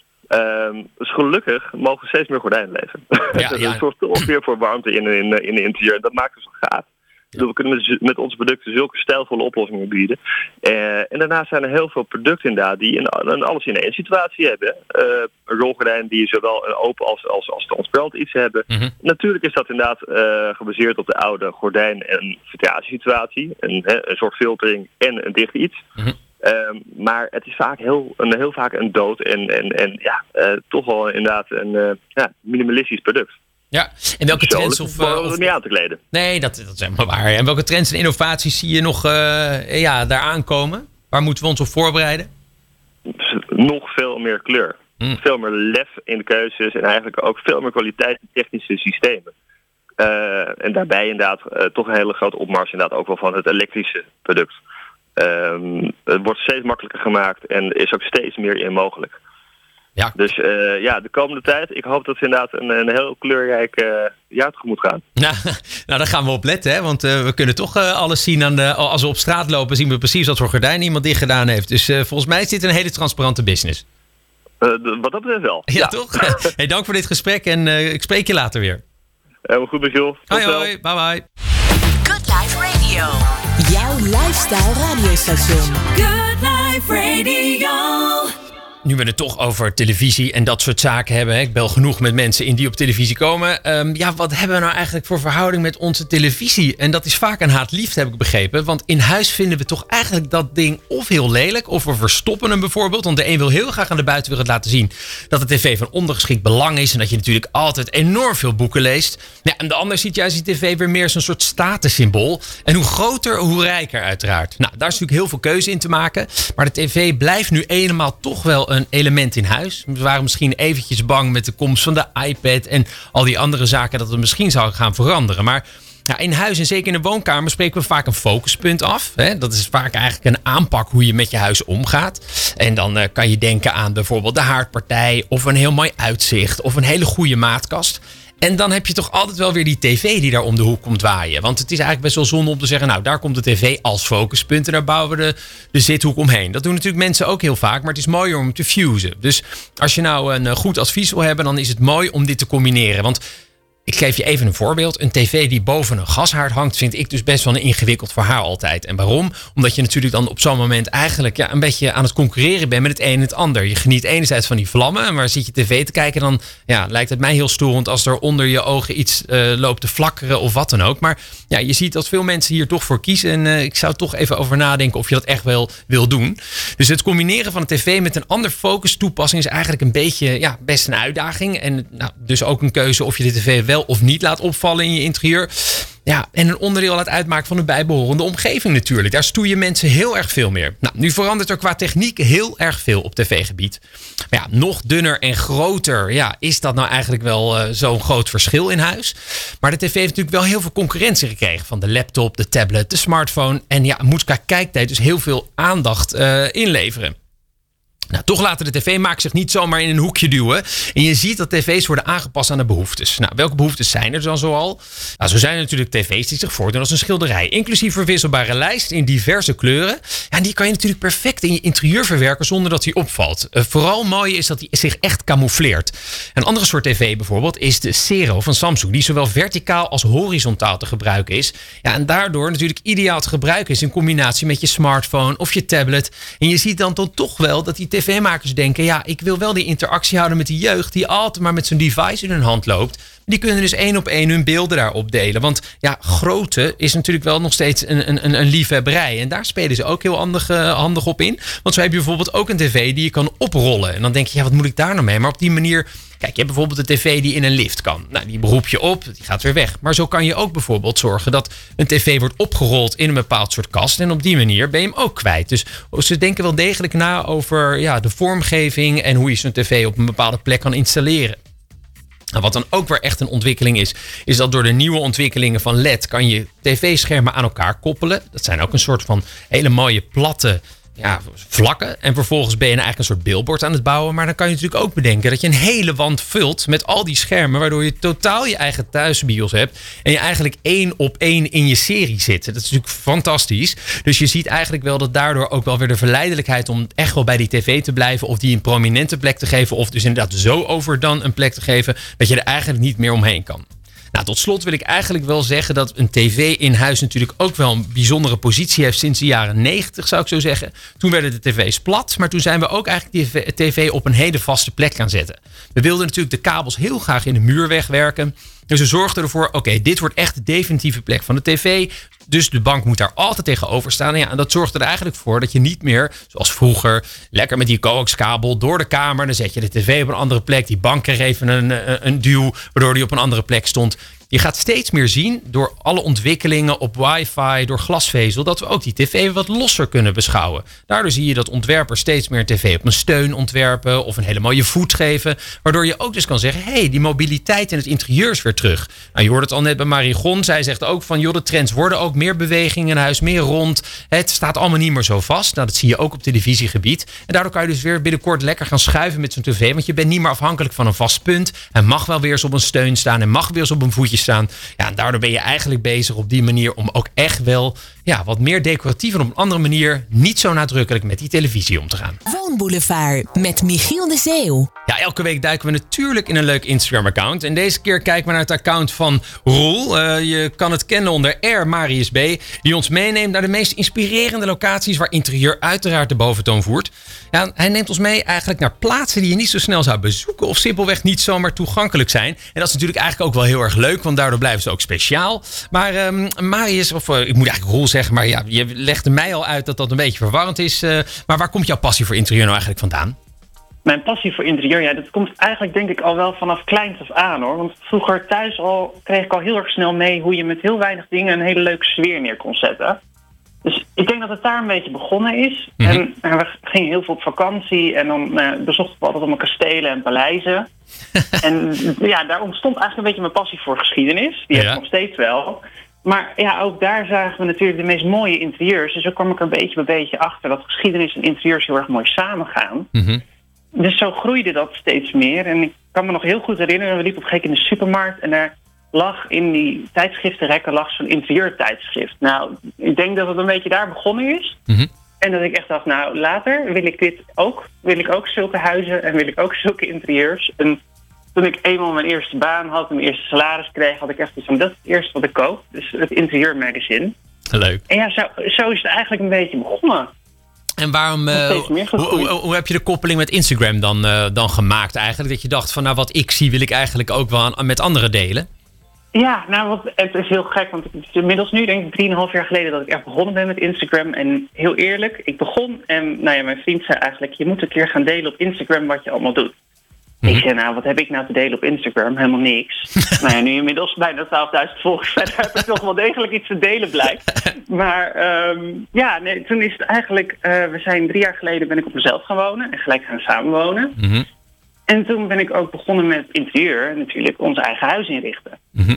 Um, dus gelukkig mogen we steeds meer gordijnen leveren. Ja, dat ja. zorgt toch weer voor warmte in, in, in de interieur. Dat maakt het zo gaaf. Ja. We kunnen met, met onze producten zulke stijlvolle oplossingen bieden. Uh, en daarnaast zijn er heel veel producten inderdaad die een, een alles in één situatie hebben. Uh, rolgordijnen die zowel een open als, als, als transparant iets hebben. Mm-hmm. Natuurlijk is dat inderdaad uh, gebaseerd op de oude gordijn- en filtratiesituatie. Een, he, een soort filtering en een dicht iets. Mm-hmm. Um, maar het is vaak heel, een, heel vaak een dood en, en, en ja, uh, toch wel inderdaad een uh, ja, minimalistisch product. Ja, en welke Zo, trends of, uh, of niet aan te kleden? Nee, dat, dat is helemaal waar. En welke trends en innovaties zie je nog uh, ja, daar aankomen? Waar moeten we ons op voorbereiden? Nog veel meer kleur. Hmm. Veel meer lef in de keuzes en eigenlijk ook veel meer kwaliteit in technische systemen. Uh, en daarbij inderdaad uh, toch een hele grote opmars inderdaad ook wel van het elektrische product. Um, het wordt steeds makkelijker gemaakt en er is ook steeds meer in mogelijk. Ja. Dus uh, ja, de komende tijd, ik hoop dat we inderdaad een, een heel kleurrijk uh, jaar tegemoet gaan. Nou, nou, daar gaan we op letten, hè? Want uh, we kunnen toch uh, alles zien. Aan de, als we op straat lopen, zien we precies wat voor gordijn iemand dicht gedaan heeft. Dus uh, volgens mij is dit een hele transparante business. Uh, de, wat dat betreft wel. Ja, ja. Toch? Hey, dank voor dit gesprek en uh, ik spreek je later weer. Helemaal goed, Michiel. Hoi, hoi. Bye, bye. Good Life Radio. Jouw lifestyle radiostation. Good Life Radio. Nu we het toch over televisie en dat soort zaken hebben. Hè? Ik bel genoeg met mensen in die op televisie komen. Um, ja, wat hebben we nou eigenlijk voor verhouding met onze televisie? En dat is vaak een haat-liefde, heb ik begrepen. Want in huis vinden we toch eigenlijk dat ding of heel lelijk, of we verstoppen hem bijvoorbeeld. Want de een wil heel graag aan de buitenwereld laten zien dat de tv van ondergeschikt belang is. En dat je natuurlijk altijd enorm veel boeken leest. Ja, en de ander ziet juist die tv weer meer als een soort statussymbool. En hoe groter, hoe rijker uiteraard. Nou, daar is natuurlijk heel veel keuze in te maken. Maar de tv blijft nu eenmaal toch wel een element in huis. We waren misschien eventjes bang met de komst van de iPad en al die andere zaken dat het misschien zou gaan veranderen. Maar Ja, in huis en zeker in de woonkamer spreken we vaak een focuspunt af. Hè? Dat is vaak eigenlijk een aanpak hoe je met je huis omgaat. En dan uh, kan je denken aan bijvoorbeeld de haardpartij of een heel mooi uitzicht of een hele goede maatkast. En dan heb je toch altijd wel weer die tv die daar om de hoek komt waaien. Want het is eigenlijk best wel zonde om te zeggen, nou daar komt de tv als focuspunt en daar bouwen we de, de zithoek omheen. Dat doen natuurlijk mensen ook heel vaak, maar het is mooier om te fusen. Dus als je nou een goed advies wil hebben, dan is het mooi om dit te combineren. Want ik geef je even een voorbeeld. Een tv die boven een gashaard hangt, vind ik dus best wel een ingewikkeld verhaal altijd. En waarom? Omdat je natuurlijk dan op zo'n moment eigenlijk ja, een beetje aan het concurreren bent met het een en het ander. Je geniet enerzijds van die vlammen, maar zit je tv te kijken, dan ja, lijkt het mij heel storend als er onder je ogen iets uh, loopt te flakkeren of wat dan ook. Maar ja, je ziet dat veel mensen hier toch voor kiezen. En uh, ik zou toch even over nadenken of je dat echt wel wil doen. Dus het combineren van een tv met een ander focus toepassing is eigenlijk een beetje ja, best een uitdaging. En nou, dus ook een keuze of je de tv wel of niet laat opvallen in je interieur. Ja, en een onderdeel laat uitmaken van de bijbehorende omgeving natuurlijk. Daar stoeien mensen heel erg veel meer. Nou, nu verandert er qua techniek heel erg veel op tv-gebied. Maar ja, nog dunner en groter. Ja, is dat nou eigenlijk wel uh, zo'n groot verschil in huis? Maar de tv heeft natuurlijk wel heel veel concurrentie gekregen. Van de laptop, de tablet, de smartphone. En ja, moet qua kijktijd dus heel veel aandacht uh, inleveren. Nou, toch laten de tv-makers zich niet zomaar in een hoekje duwen. En je ziet dat tv's worden aangepast aan de behoeftes. Nou, welke behoeftes zijn er dan zoal? Nou, zo zijn er natuurlijk tv's die zich voordoen als een schilderij. Inclusief verwisselbare lijst in diverse kleuren. Ja, en die kan je natuurlijk perfect in je interieur verwerken zonder dat die opvalt. Uh, vooral mooi is dat die zich echt camoufleert. Een andere soort tv bijvoorbeeld is de Sero van Samsung. Die zowel verticaal als horizontaal te gebruiken is. Ja, en daardoor natuurlijk ideaal te gebruiken is in combinatie met je smartphone of je tablet. En je ziet dan, dan toch wel dat die tv-makers denken, ja, ik wil wel die interactie houden met die jeugd die altijd maar met zijn device in hun hand loopt. Die kunnen dus één op één hun beelden daarop delen. Want ja, grootte is natuurlijk wel nog steeds een, een, een liefhebberij. En daar spelen ze ook heel handig, uh, handig op in. Want zo heb je bijvoorbeeld ook een tv die je kan oprollen. En dan denk je, ja, wat moet ik daar nou mee? Maar op die manier, kijk, je hebt bijvoorbeeld een tv die in een lift kan. Nou, die beroep je op, die gaat weer weg. Maar zo kan je ook bijvoorbeeld zorgen dat een tv wordt opgerold in een bepaald soort kast. En op die manier ben je hem ook kwijt. Dus ze denken wel degelijk na over ja, de vormgeving en hoe je zo'n tv op een bepaalde plek kan installeren. Nou, wat dan ook weer echt een ontwikkeling is, is dat door de nieuwe ontwikkelingen van L E D kan je tv-schermen aan elkaar koppelen. Dat zijn ook een soort van hele mooie platte ja, vlakken. En vervolgens ben je eigenlijk een soort billboard aan het bouwen. Maar dan kan je natuurlijk ook bedenken dat je een hele wand vult met al die schermen, waardoor je totaal je eigen thuisbios hebt. En je eigenlijk één op één in je serie zit. Dat is natuurlijk fantastisch. Dus je ziet eigenlijk wel dat daardoor ook wel weer de verleidelijkheid om echt wel bij die tv te blijven, of die een prominente plek te geven, of dus inderdaad zo overdone een plek te geven dat je er eigenlijk niet meer omheen kan. Nou, tot slot wil ik eigenlijk wel zeggen dat een tv in huis natuurlijk ook wel een bijzondere positie heeft sinds de jaren negentig, zou ik zo zeggen. Toen werden de tv's plat, maar toen zijn we ook eigenlijk die tv op een hele vaste plek gaan zetten. We wilden natuurlijk de kabels heel graag in de muur wegwerken. Dus we zorgden ervoor, oké, okay, dit wordt echt de definitieve plek van de tv. Dus de bank moet daar altijd tegenover staan. Ja, en dat zorgde er eigenlijk voor dat je niet meer, zoals vroeger, lekker met die coaxkabel door de kamer. Dan zet je de tv op een andere plek. Die bank kreeg even een, een duw, waardoor die op een andere plek stond. Je gaat steeds meer zien door alle ontwikkelingen op wifi, door glasvezel, dat we ook die tv wat losser kunnen beschouwen. Daardoor zie je dat ontwerpers steeds meer een tv op een steun ontwerpen of een hele mooie voet geven. Waardoor je ook dus kan zeggen, hé, hey, die mobiliteit in het interieur is weer terug. Nou, je hoort het al net bij Marigon. Zij zegt ook van, joh, de trends worden ook meer beweging in huis, meer rond. Het staat allemaal niet meer zo vast. Nou, dat zie je ook op televisiegebied. En daardoor kan je dus weer binnenkort lekker gaan schuiven met zo'n tv. Want je bent niet meer afhankelijk van een vast punt. Hij mag wel weer eens op een steun staan en mag weer eens op een voetje staan. Ja, en daardoor ben je eigenlijk bezig op die manier om ook echt wel ja, wat meer decoratief en op een andere manier niet zo nadrukkelijk met die televisie om te gaan. Woonboulevard met Michiel de Zeeuw. Ja, elke week duiken we natuurlijk in een leuk Instagram-account. En deze keer kijken we naar het account van Roel. Uh, je kan het kennen onder Air Marius B. Die ons meeneemt naar de meest inspirerende locaties waar interieur uiteraard de boventoon voert. Ja, hij neemt ons mee eigenlijk naar plaatsen die je niet zo snel zou bezoeken of simpelweg niet zomaar toegankelijk zijn. En dat is natuurlijk eigenlijk ook wel heel erg leuk, want daardoor blijven ze ook speciaal. Maar um, Marius, of uh, ik moet eigenlijk Roel zeggen, maar ja, je legde mij al uit dat dat een beetje verwarrend is. Uh, maar waar komt jouw passie voor interieur nou eigenlijk vandaan? Mijn passie voor interieur, ja, dat komt eigenlijk denk ik al wel vanaf kleins af aan, hoor. Want vroeger thuis al kreeg ik al heel erg snel mee hoe je met heel weinig dingen een hele leuke sfeer neer kon zetten. Dus ik denk dat het daar een beetje begonnen is. Mm-hmm. En nou, we gingen heel veel op vakantie en dan nou, bezochten we altijd allemaal kastelen en paleizen. En ja, daar ontstond eigenlijk een beetje mijn passie voor geschiedenis. Die ja. heb ik nog steeds wel. Maar ja, ook daar zagen we natuurlijk de meest mooie interieurs. Dus zo kwam ik er een beetje bij beetje achter dat geschiedenis en interieurs heel erg mooi samengaan. Mm-hmm. Dus zo groeide dat steeds meer. En ik kan me nog heel goed herinneren, we liepen op een gegeven moment in de supermarkt en daar lag in die tijdschriftenrekken lag zo'n interieurtijdschrift. Nou, ik denk dat het een beetje daar begonnen is. Mm-hmm. En dat ik echt dacht, nou, later wil ik dit ook. Wil ik ook zulke huizen en wil ik ook zulke interieurs. En toen ik eenmaal mijn eerste baan had en mijn eerste salaris kreeg, had ik echt iets van, dat is het eerste wat ik koop. Dus het interieurmagazine. Leuk. En ja, zo, zo is het eigenlijk een beetje begonnen. En waarom, uh, hoe, hoe, hoe heb je de koppeling met Instagram dan, uh, dan gemaakt eigenlijk? Dat je dacht van, nou, wat ik zie wil ik eigenlijk ook wel aan, met anderen delen? Ja, nou, wat, het is heel gek, want het is inmiddels nu, denk ik, drieënhalf jaar geleden dat ik echt begonnen ben met Instagram. En heel eerlijk, ik begon en nou ja, mijn vriend zei eigenlijk, je moet een keer gaan delen op Instagram wat je allemaal doet. Mm-hmm. Ik zei, nou, wat heb ik nou te delen op Instagram? Helemaal niks. Nou ja, nu inmiddels bijna twaalfduizend volgers verder heb ik toch wel degelijk iets te delen, blijkt. Maar um, ja, nee, toen is het eigenlijk, uh, we zijn drie jaar geleden ben ik op mezelf gaan wonen en gelijk gaan samenwonen. Mm-hmm. En toen ben ik ook begonnen met interieur, natuurlijk ons eigen huis inrichten. Mm-hmm.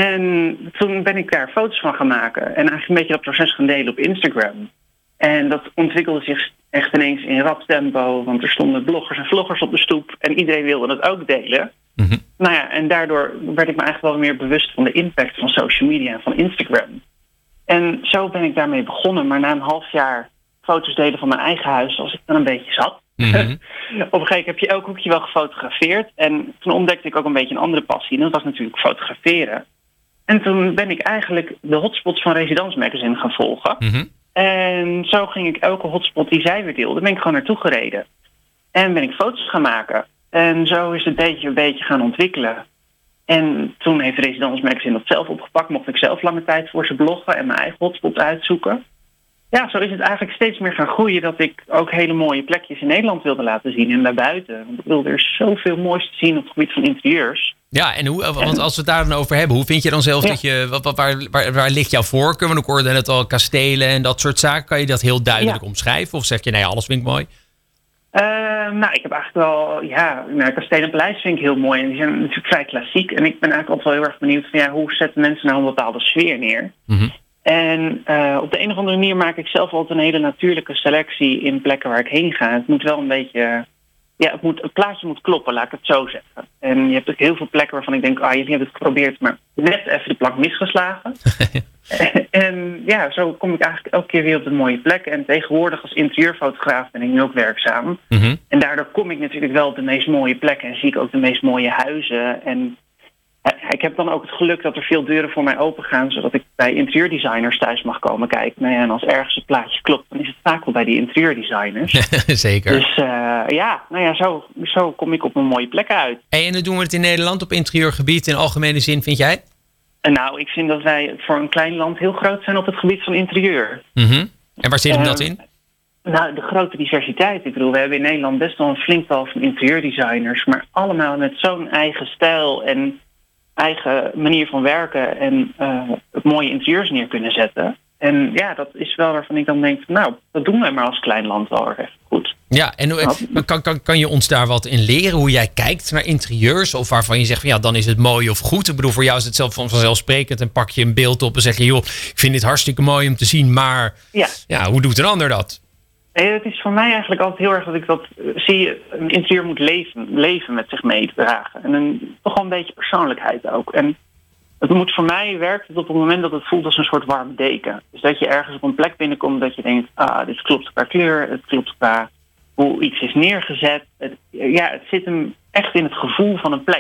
En toen ben ik daar foto's van gaan maken en eigenlijk een beetje dat proces gaan delen op Instagram. En dat ontwikkelde zich echt ineens in rap tempo, want er stonden bloggers en vloggers op de stoep en iedereen wilde het ook delen. Mm-hmm. Nou ja, en daardoor werd ik me eigenlijk wel meer bewust van de impact van social media en van Instagram. En zo ben ik daarmee begonnen, maar na een half jaar foto's delen van mijn eigen huis, als ik dan een beetje zat. Mm-hmm. Op een gegeven moment heb je elk hoekje wel gefotografeerd. En toen ontdekte ik ook een beetje een andere passie. En dat was natuurlijk fotograferen. En toen ben ik eigenlijk de hotspots van Residence Magazine gaan volgen. Mm-hmm. En zo ging ik elke hotspot die zij weer deelde, ben ik gewoon naartoe gereden. En ben ik foto's gaan maken. En zo is het beetje een beetje gaan ontwikkelen. En toen heeft Residence Magazine dat zelf opgepakt. Mocht ik zelf lange tijd voor ze bloggen en mijn eigen hotspots uitzoeken. Ja, zo is het eigenlijk steeds meer gaan groeien dat ik ook hele mooie plekjes in Nederland wilde laten zien en daarbuiten. Want ik wilde er zoveel moois te zien op het gebied van interieurs. Ja, en hoe, want als we het daar dan over hebben, hoe vind je dan zelf ja. dat je, wat, waar, waar, waar ligt jouw voorkeur? Want ik hoorde net al kastelen en dat soort zaken. Kan je dat heel duidelijk ja. omschrijven? Of zeg je, nee, alles vind ik mooi? Uh, nou, ik heb eigenlijk wel, ja, nou, kastelen en paleis vind ik heel mooi. En die zijn natuurlijk vrij klassiek. En ik ben eigenlijk altijd wel heel erg benieuwd van, ja, hoe zetten mensen nou een bepaalde sfeer neer? Mm-hmm. En uh, op de een of andere manier maak ik zelf altijd een hele natuurlijke selectie in plekken waar ik heen ga. Het moet wel een beetje, ja, het, moet, het plaatje moet kloppen, laat ik het zo zeggen. En je hebt ook heel veel plekken waarvan ik denk, ah, jullie hebben het geprobeerd, maar net even de plank misgeslagen. en, en ja, zo kom ik eigenlijk elke keer weer op de mooie plek. En tegenwoordig als interieurfotograaf ben ik nu ook werkzaam. Mm-hmm. En daardoor kom ik natuurlijk wel op de meest mooie plekken en zie ik ook de meest mooie huizen. En ik heb dan ook het geluk dat er veel deuren voor mij open gaan, zodat ik bij interieurdesigners thuis mag komen kijken. Nou ja, en als ergens het plaatje klopt, dan is het vaak wel bij die interieurdesigners. Zeker. Dus uh, ja, nou ja, zo, zo kom ik op een mooie plekken uit. Hey, en hoe doen we het in Nederland op interieurgebied in algemene zin, vind jij? En nou, ik vind dat wij voor een klein land heel groot zijn op het gebied van interieur. Mm-hmm. En waar zit hem uh, dat in? Nou, de grote diversiteit. Ik bedoel, we hebben in Nederland best wel een flink tal van interieurdesigners, maar allemaal met zo'n eigen stijl en eigen manier van werken en uh, mooie interieurs neer kunnen zetten. En ja, dat is wel waarvan ik dan denk, nou, dat doen wij maar als klein land wel erg goed. Ja, en kan, kan, kan je ons daar wat in leren, hoe jij kijkt naar interieurs? Of waarvan je zegt, van, ja, dan is het mooi of goed. Ik bedoel, voor jou is het zelf vanzelfsprekend en pak je een beeld op en zeg je, joh, ik vind dit hartstikke mooi om te zien, maar ja, ja hoe doet een ander dat? Nee, het is voor mij eigenlijk altijd heel erg dat ik dat zie. Een interieur moet leven, leven met zich meedragen. En een, toch wel een beetje persoonlijkheid ook. En het moet voor mij werkt het op het moment dat het voelt als een soort warme deken. Dus dat je ergens op een plek binnenkomt dat je denkt, ah, dit klopt qua kleur, het klopt qua hoe iets is neergezet. Het, ja, het zit hem echt in het gevoel van een plek.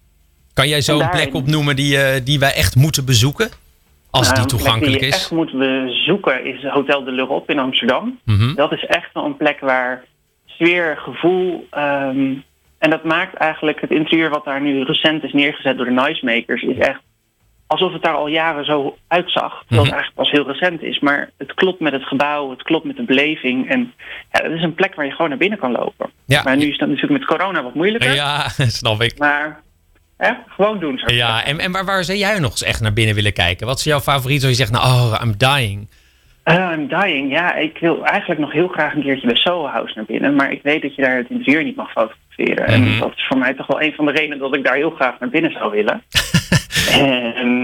Kan jij zo een plek opnoemen die, uh, die wij echt moeten bezoeken? Als die toegankelijk is? Wat je echt moet bezoeken is Hotel de l'Europe in Amsterdam. Mm-hmm. Dat is echt wel een plek waar sfeer, gevoel Um, en dat maakt eigenlijk het interieur wat daar nu recent is neergezet door de noisemakers is echt alsof het daar al jaren zo uitzag. Terwijl Mm-hmm. het eigenlijk pas heel recent is. Maar het klopt met het gebouw, het klopt met de beleving. En ja, het is een plek waar je gewoon naar binnen kan lopen. Ja. Maar nu is dat natuurlijk met corona wat moeilijker. Ja, snap ik. Maar ja, gewoon doen. Zo. Ja, en, en waar, waar zou jij nog eens echt naar binnen willen kijken? Wat is jouw favoriet als je zegt, nou, oh, I'm dying? Uh, I'm dying, ja. Ik wil eigenlijk nog heel graag een keertje bij Soho House naar binnen. Maar ik weet dat je daar het interieur niet mag fotograferen. Mm-hmm. En dat is voor mij toch wel een van de redenen dat ik daar heel graag naar binnen zou willen. en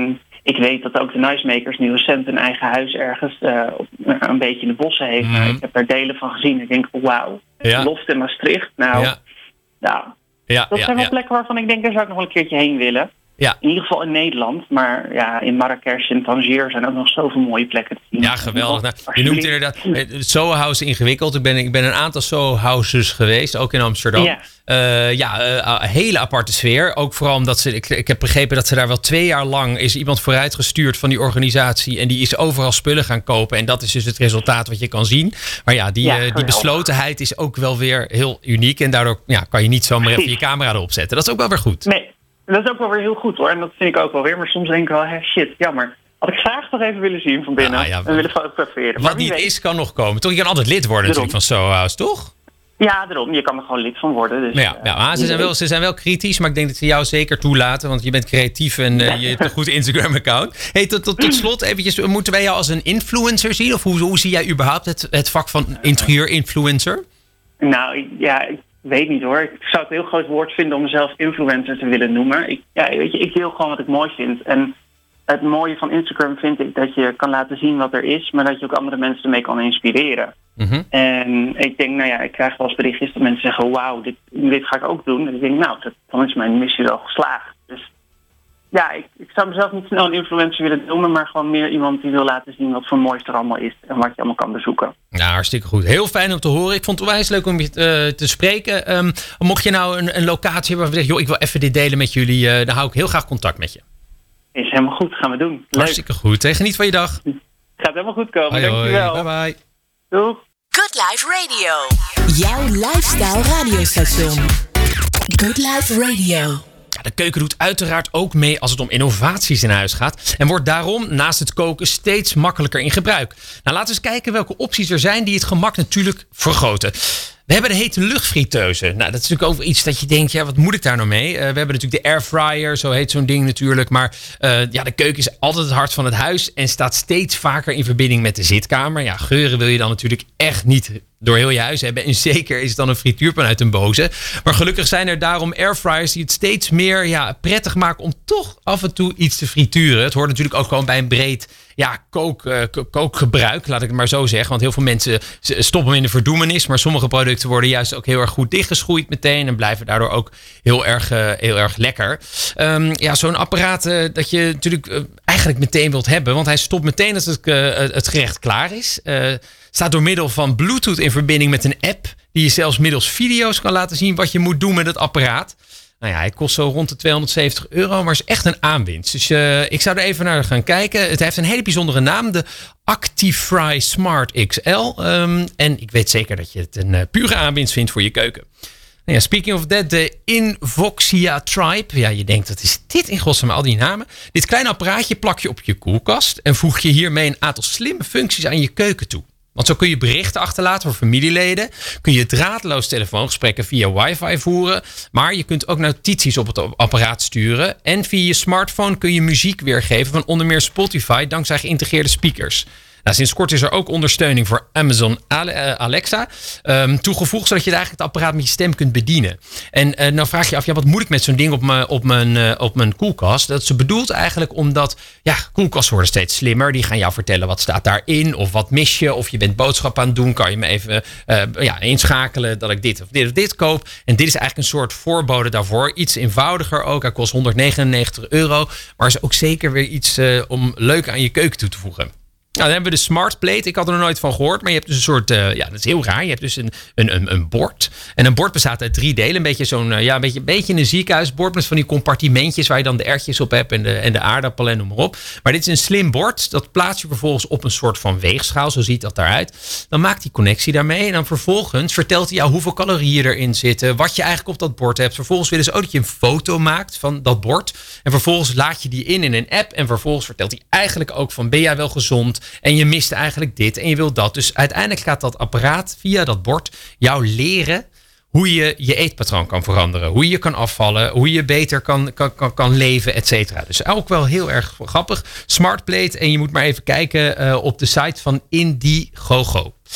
ik weet dat ook de Noisemakers nu recent een eigen huis ergens uh, op, uh, een beetje in de bossen heeft. Mm. Ik heb daar delen van gezien. Ik denk, wauw, ja. Loft in Maastricht. Nou, ja. nou ja, dat ja, zijn wel ja. plekken waarvan ik denk, daar zou ik nog wel een keertje heen willen. Ja. In ieder geval in Nederland. Maar ja, in Marrakesh en Tangier zijn ook nog zoveel mooie plekken te zien. Ja, geweldig. Nou, je noemt inderdaad het Soho House ingewikkeld. Ik ben, ik ben een aantal Soho Houses geweest, ook in Amsterdam. Ja, uh, ja uh, een hele aparte sfeer. Ook vooral omdat ze, ik, ik heb begrepen dat ze daar wel twee jaar lang is iemand vooruitgestuurd van die organisatie. En die is overal spullen gaan kopen. En dat is dus het resultaat wat je kan zien. Maar ja, die, ja, uh, die beslotenheid is ook wel weer heel uniek. En daardoor ja, kan je niet zomaar even je camera erop zetten. Dat is ook wel weer goed. Nee. Dat is ook wel weer heel goed hoor. En dat vind ik ook wel weer. Maar soms denk ik wel, hey, shit, jammer. Had ik graag nog even willen zien van binnen. Ja, ja, en willen fotograferen. Wat niet is, kan nog komen. Toch, je kan altijd lid worden daarom. Natuurlijk van Soho House, toch? Ja, daarom. Je kan er gewoon lid van worden. Dus, ja, ja, maar ze zijn, wel, ze zijn wel kritisch. Maar ik denk dat ze jou zeker toelaten. Want je bent creatief en uh, je hebt een goed Instagram-account. Hey, tot, tot, tot slot eventjes. Moeten wij jou als een influencer zien? Of hoe, hoe zie jij überhaupt het, het vak van interieur-influencer? Nou, ja... Ik weet niet hoor. Ik zou het een heel groot woord vinden om mezelf influencer te willen noemen. Ik, ja, weet je, ik deel gewoon wat ik mooi vind. En het mooie van Instagram vind ik dat je kan laten zien wat er is, maar dat je ook andere mensen ermee kan inspireren. Mm-hmm. En ik denk, nou ja, ik krijg wel eens berichtjes dat mensen zeggen, wauw, dit, dit ga ik ook doen. En ik denk, nou, dat, dan is mijn missie wel geslaagd. Dus ja, ik, ik zou mezelf niet snel een influencer willen noemen, maar gewoon meer iemand die wil laten zien wat voor moois er allemaal is en wat je allemaal kan bezoeken. Ja, hartstikke goed. Heel fijn om te horen. Ik vond het onwijs leuk om je uh, te spreken. Um, mocht je nou een, een locatie hebben waarvan je zegt, joh, ik wil even dit delen met jullie, uh, dan hou ik heel graag contact met je. Is helemaal goed, gaan we doen. Leuk. Hartstikke goed. Hey, geniet van je dag. Gaat helemaal goed komen, hoi, dankjewel. Bye bye. Doeg. Good Life Radio. Jouw lifestyle radiostation. Good Life Radio. Ja, de keuken doet uiteraard ook mee als het om innovaties in huis gaat. En wordt daarom naast het koken steeds makkelijker in gebruik. Nou, laten we eens kijken welke opties er zijn die het gemak natuurlijk vergroten. We hebben de hete luchtfriteuse. Nou, dat is natuurlijk ook iets dat je denkt, ja, wat moet ik daar nou mee? Uh, we hebben natuurlijk de airfryer, zo heet zo'n ding natuurlijk. Maar uh, ja, de keuken is altijd het hart van het huis en staat steeds vaker in verbinding met de zitkamer. Ja, geuren wil je dan natuurlijk echt niet door heel je huis hebben. En zeker is het dan een frituurpan uit een boze. Maar gelukkig zijn er daarom airfryers die het steeds meer ja, prettig maken om toch af en toe iets te frituren. Het hoort natuurlijk ook gewoon bij een breed ja, kook, uh, kookgebruik, laat ik het maar zo zeggen. Want heel veel mensen stoppen hem in de verdoemenis. Maar sommige producten worden juist ook heel erg goed dichtgeschoeid meteen. En blijven daardoor ook heel erg, uh, heel erg lekker. Um, ja, zo'n apparaat uh, dat je natuurlijk uh, eigenlijk meteen wilt hebben. Want hij stopt meteen als het, uh, het gerecht klaar is. Uh, staat door middel van Bluetooth in verbinding met een app. Die je zelfs middels video's kan laten zien wat je moet doen met het apparaat. Nou ja, hij kost zo rond de tweehonderdzeventig euro, maar is echt een aanwinst. Dus uh, ik zou er even naar gaan kijken. Het heeft een hele bijzondere naam, de Actifry Smart X L. Um, en ik weet zeker dat je het een uh, pure aanwinst vindt voor je keuken. Nou ja, speaking of that, de Invoxia Tribe. Ja, je denkt, wat is dit in godsnaam, al die namen? Dit kleine apparaatje plak je op je koelkast en voeg je hiermee een aantal slimme functies aan je keuken toe. Want zo kun je berichten achterlaten voor familieleden. Kun je draadloos telefoongesprekken via wifi voeren. Maar je kunt ook notities op het apparaat sturen. En via je smartphone kun je muziek weergeven van onder meer Spotify dankzij geïntegreerde speakers. Nou, sinds kort is er ook ondersteuning voor Amazon Alexa um, toegevoegd, zodat je eigenlijk het apparaat met je stem kunt bedienen. En uh, nou vraag je af, ja, wat moet ik met zo'n ding op mijn, op mijn, uh, op mijn koelkast? Dat is bedoeld eigenlijk omdat, ja, koelkasten worden steeds slimmer. Die gaan jou vertellen wat staat daarin of wat mis je. Of je bent boodschap aan het doen, kan je me even uh, ja, inschakelen dat ik dit of dit of dit koop. En dit is eigenlijk een soort voorbode daarvoor. Iets eenvoudiger ook. Hij kost honderdnegenennegentig euro. Maar is ook zeker weer iets uh, om leuk aan je keuken toe te voegen. Nou, dan hebben we de Smart Plate. Ik had er nog nooit van gehoord. Maar je hebt dus een soort, uh, ja, dat is heel raar. Je hebt dus een, een, een, een bord. En een bord bestaat uit drie delen. Een beetje zo'n, uh, ja, een beetje, een beetje een ziekenhuisbord met van die compartimentjes waar je dan de erwtjes op hebt en de, en de aardappelen en noem maar op. Maar dit is een slim bord. Dat plaats je vervolgens op een soort van weegschaal. Zo ziet dat daaruit. Dan maakt die connectie daarmee. En dan vervolgens vertelt hij jou hoeveel calorieën erin zitten. Wat je eigenlijk op dat bord hebt. Vervolgens willen ze ook dat je een foto maakt van dat bord. En vervolgens laat je die in in een app. En vervolgens vertelt hij eigenlijk ook van, ben jij wel gezond? En je mist eigenlijk dit en je wilt dat. Dus uiteindelijk gaat dat apparaat via dat bord jou leren hoe je je eetpatroon kan veranderen. Hoe je kan afvallen. Hoe je beter kan, kan, kan, kan leven, et cetera. Dus ook wel heel erg grappig. Smart Plate. En je moet maar even kijken uh, op de site van Indiegogo.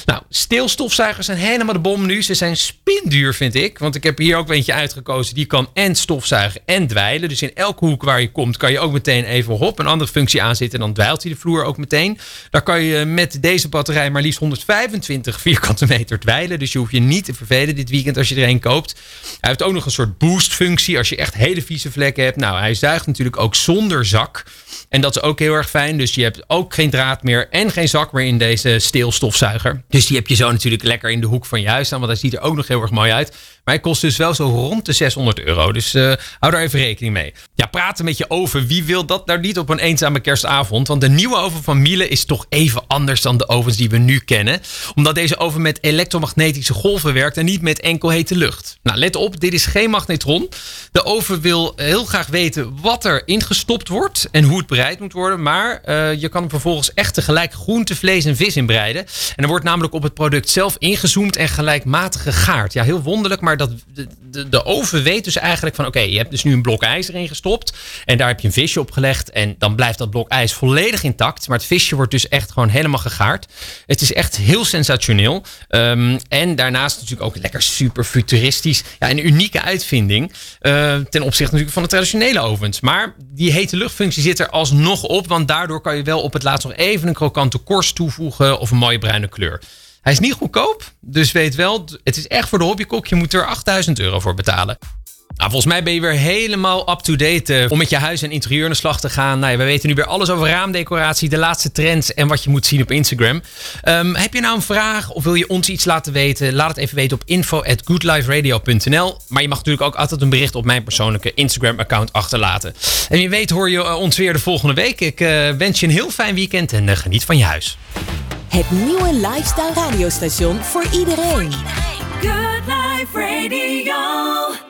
Nou, steelstofzuigers zijn helemaal de bom nu. Ze zijn spinduur, vind ik. Want ik heb hier ook eentje uitgekozen. Die kan en stofzuigen en dweilen. Dus in elke hoek waar je komt kan je ook meteen even hop een andere functie aanzetten. En dan dweilt hij de vloer ook meteen. Daar kan je met deze batterij maar liefst honderdvijfentwintig vierkante meter dweilen. Dus je hoeft je niet te vervelen dit weekend als je er een koopt. Hij heeft ook nog een soort boost-functie als je echt hele vieze vlekken hebt. Nou, hij zuigt natuurlijk ook zonder zak. En dat is ook heel erg fijn. Dus je hebt ook geen draad meer en geen zak meer in deze steelstofzuiger. Dus die heb je zo natuurlijk lekker in de hoek van je huis staan. Want hij ziet er ook nog heel erg mooi uit. Maar hij kost dus wel zo rond de zeshonderd euro. Dus uh, hou daar even rekening mee. Ja, praten met je oven. Wie wil dat nou niet op een eenzame kerstavond? Want de nieuwe oven van Miele is toch even anders dan de ovens die we nu kennen. Omdat deze oven met elektromagnetische golven werkt en niet met enkel hete lucht. Nou, let op, dit is geen magnetron. De oven wil heel graag weten wat er ingestopt wordt en hoe het bereid moet worden. Maar uh, je kan er vervolgens echt tegelijk groente, vlees en vis in bereiden. En er wordt namelijk op het product zelf ingezoomd en gelijkmatig gegaard. Ja, heel wonderlijk, maar dat, de, de, de oven weet dus eigenlijk van... oké, okay, je hebt dus nu een blok ijs erin gestopt en daar heb je een visje op gelegd. En dan blijft dat blok ijs volledig intact. Maar het visje wordt dus echt gewoon helemaal gegaard. Het is echt heel sensationeel. Um, en daarnaast natuurlijk ook lekker super futuristisch. Ja, een unieke uitvinding uh, ten opzichte natuurlijk van de traditionele ovens. Maar die hete luchtfunctie zit er alsnog op, want daardoor kan je wel op het laatst nog even een krokante korst toevoegen of een mooie bruine kleur. Hij is niet goedkoop, dus weet wel, het is echt voor de hobbykok. Je moet er achtduizend euro voor betalen. Nou, volgens mij ben je weer helemaal up-to-date uh, om met je huis en interieur aan de slag te gaan. Nou ja, we weten nu weer alles over raamdecoratie, de laatste trends en wat je moet zien op Instagram. Um, heb je nou een vraag of wil je ons iets laten weten? Laat het even weten op info at goodliferadio punt n l. Maar je mag natuurlijk ook altijd een bericht op mijn persoonlijke Instagram-account achterlaten. En wie weet hoor je uh, ons weer de volgende week. Ik uh, wens je een heel fijn weekend en uh, geniet van je huis. Het nieuwe lifestyle radiostation voor iedereen. Good Life Radio.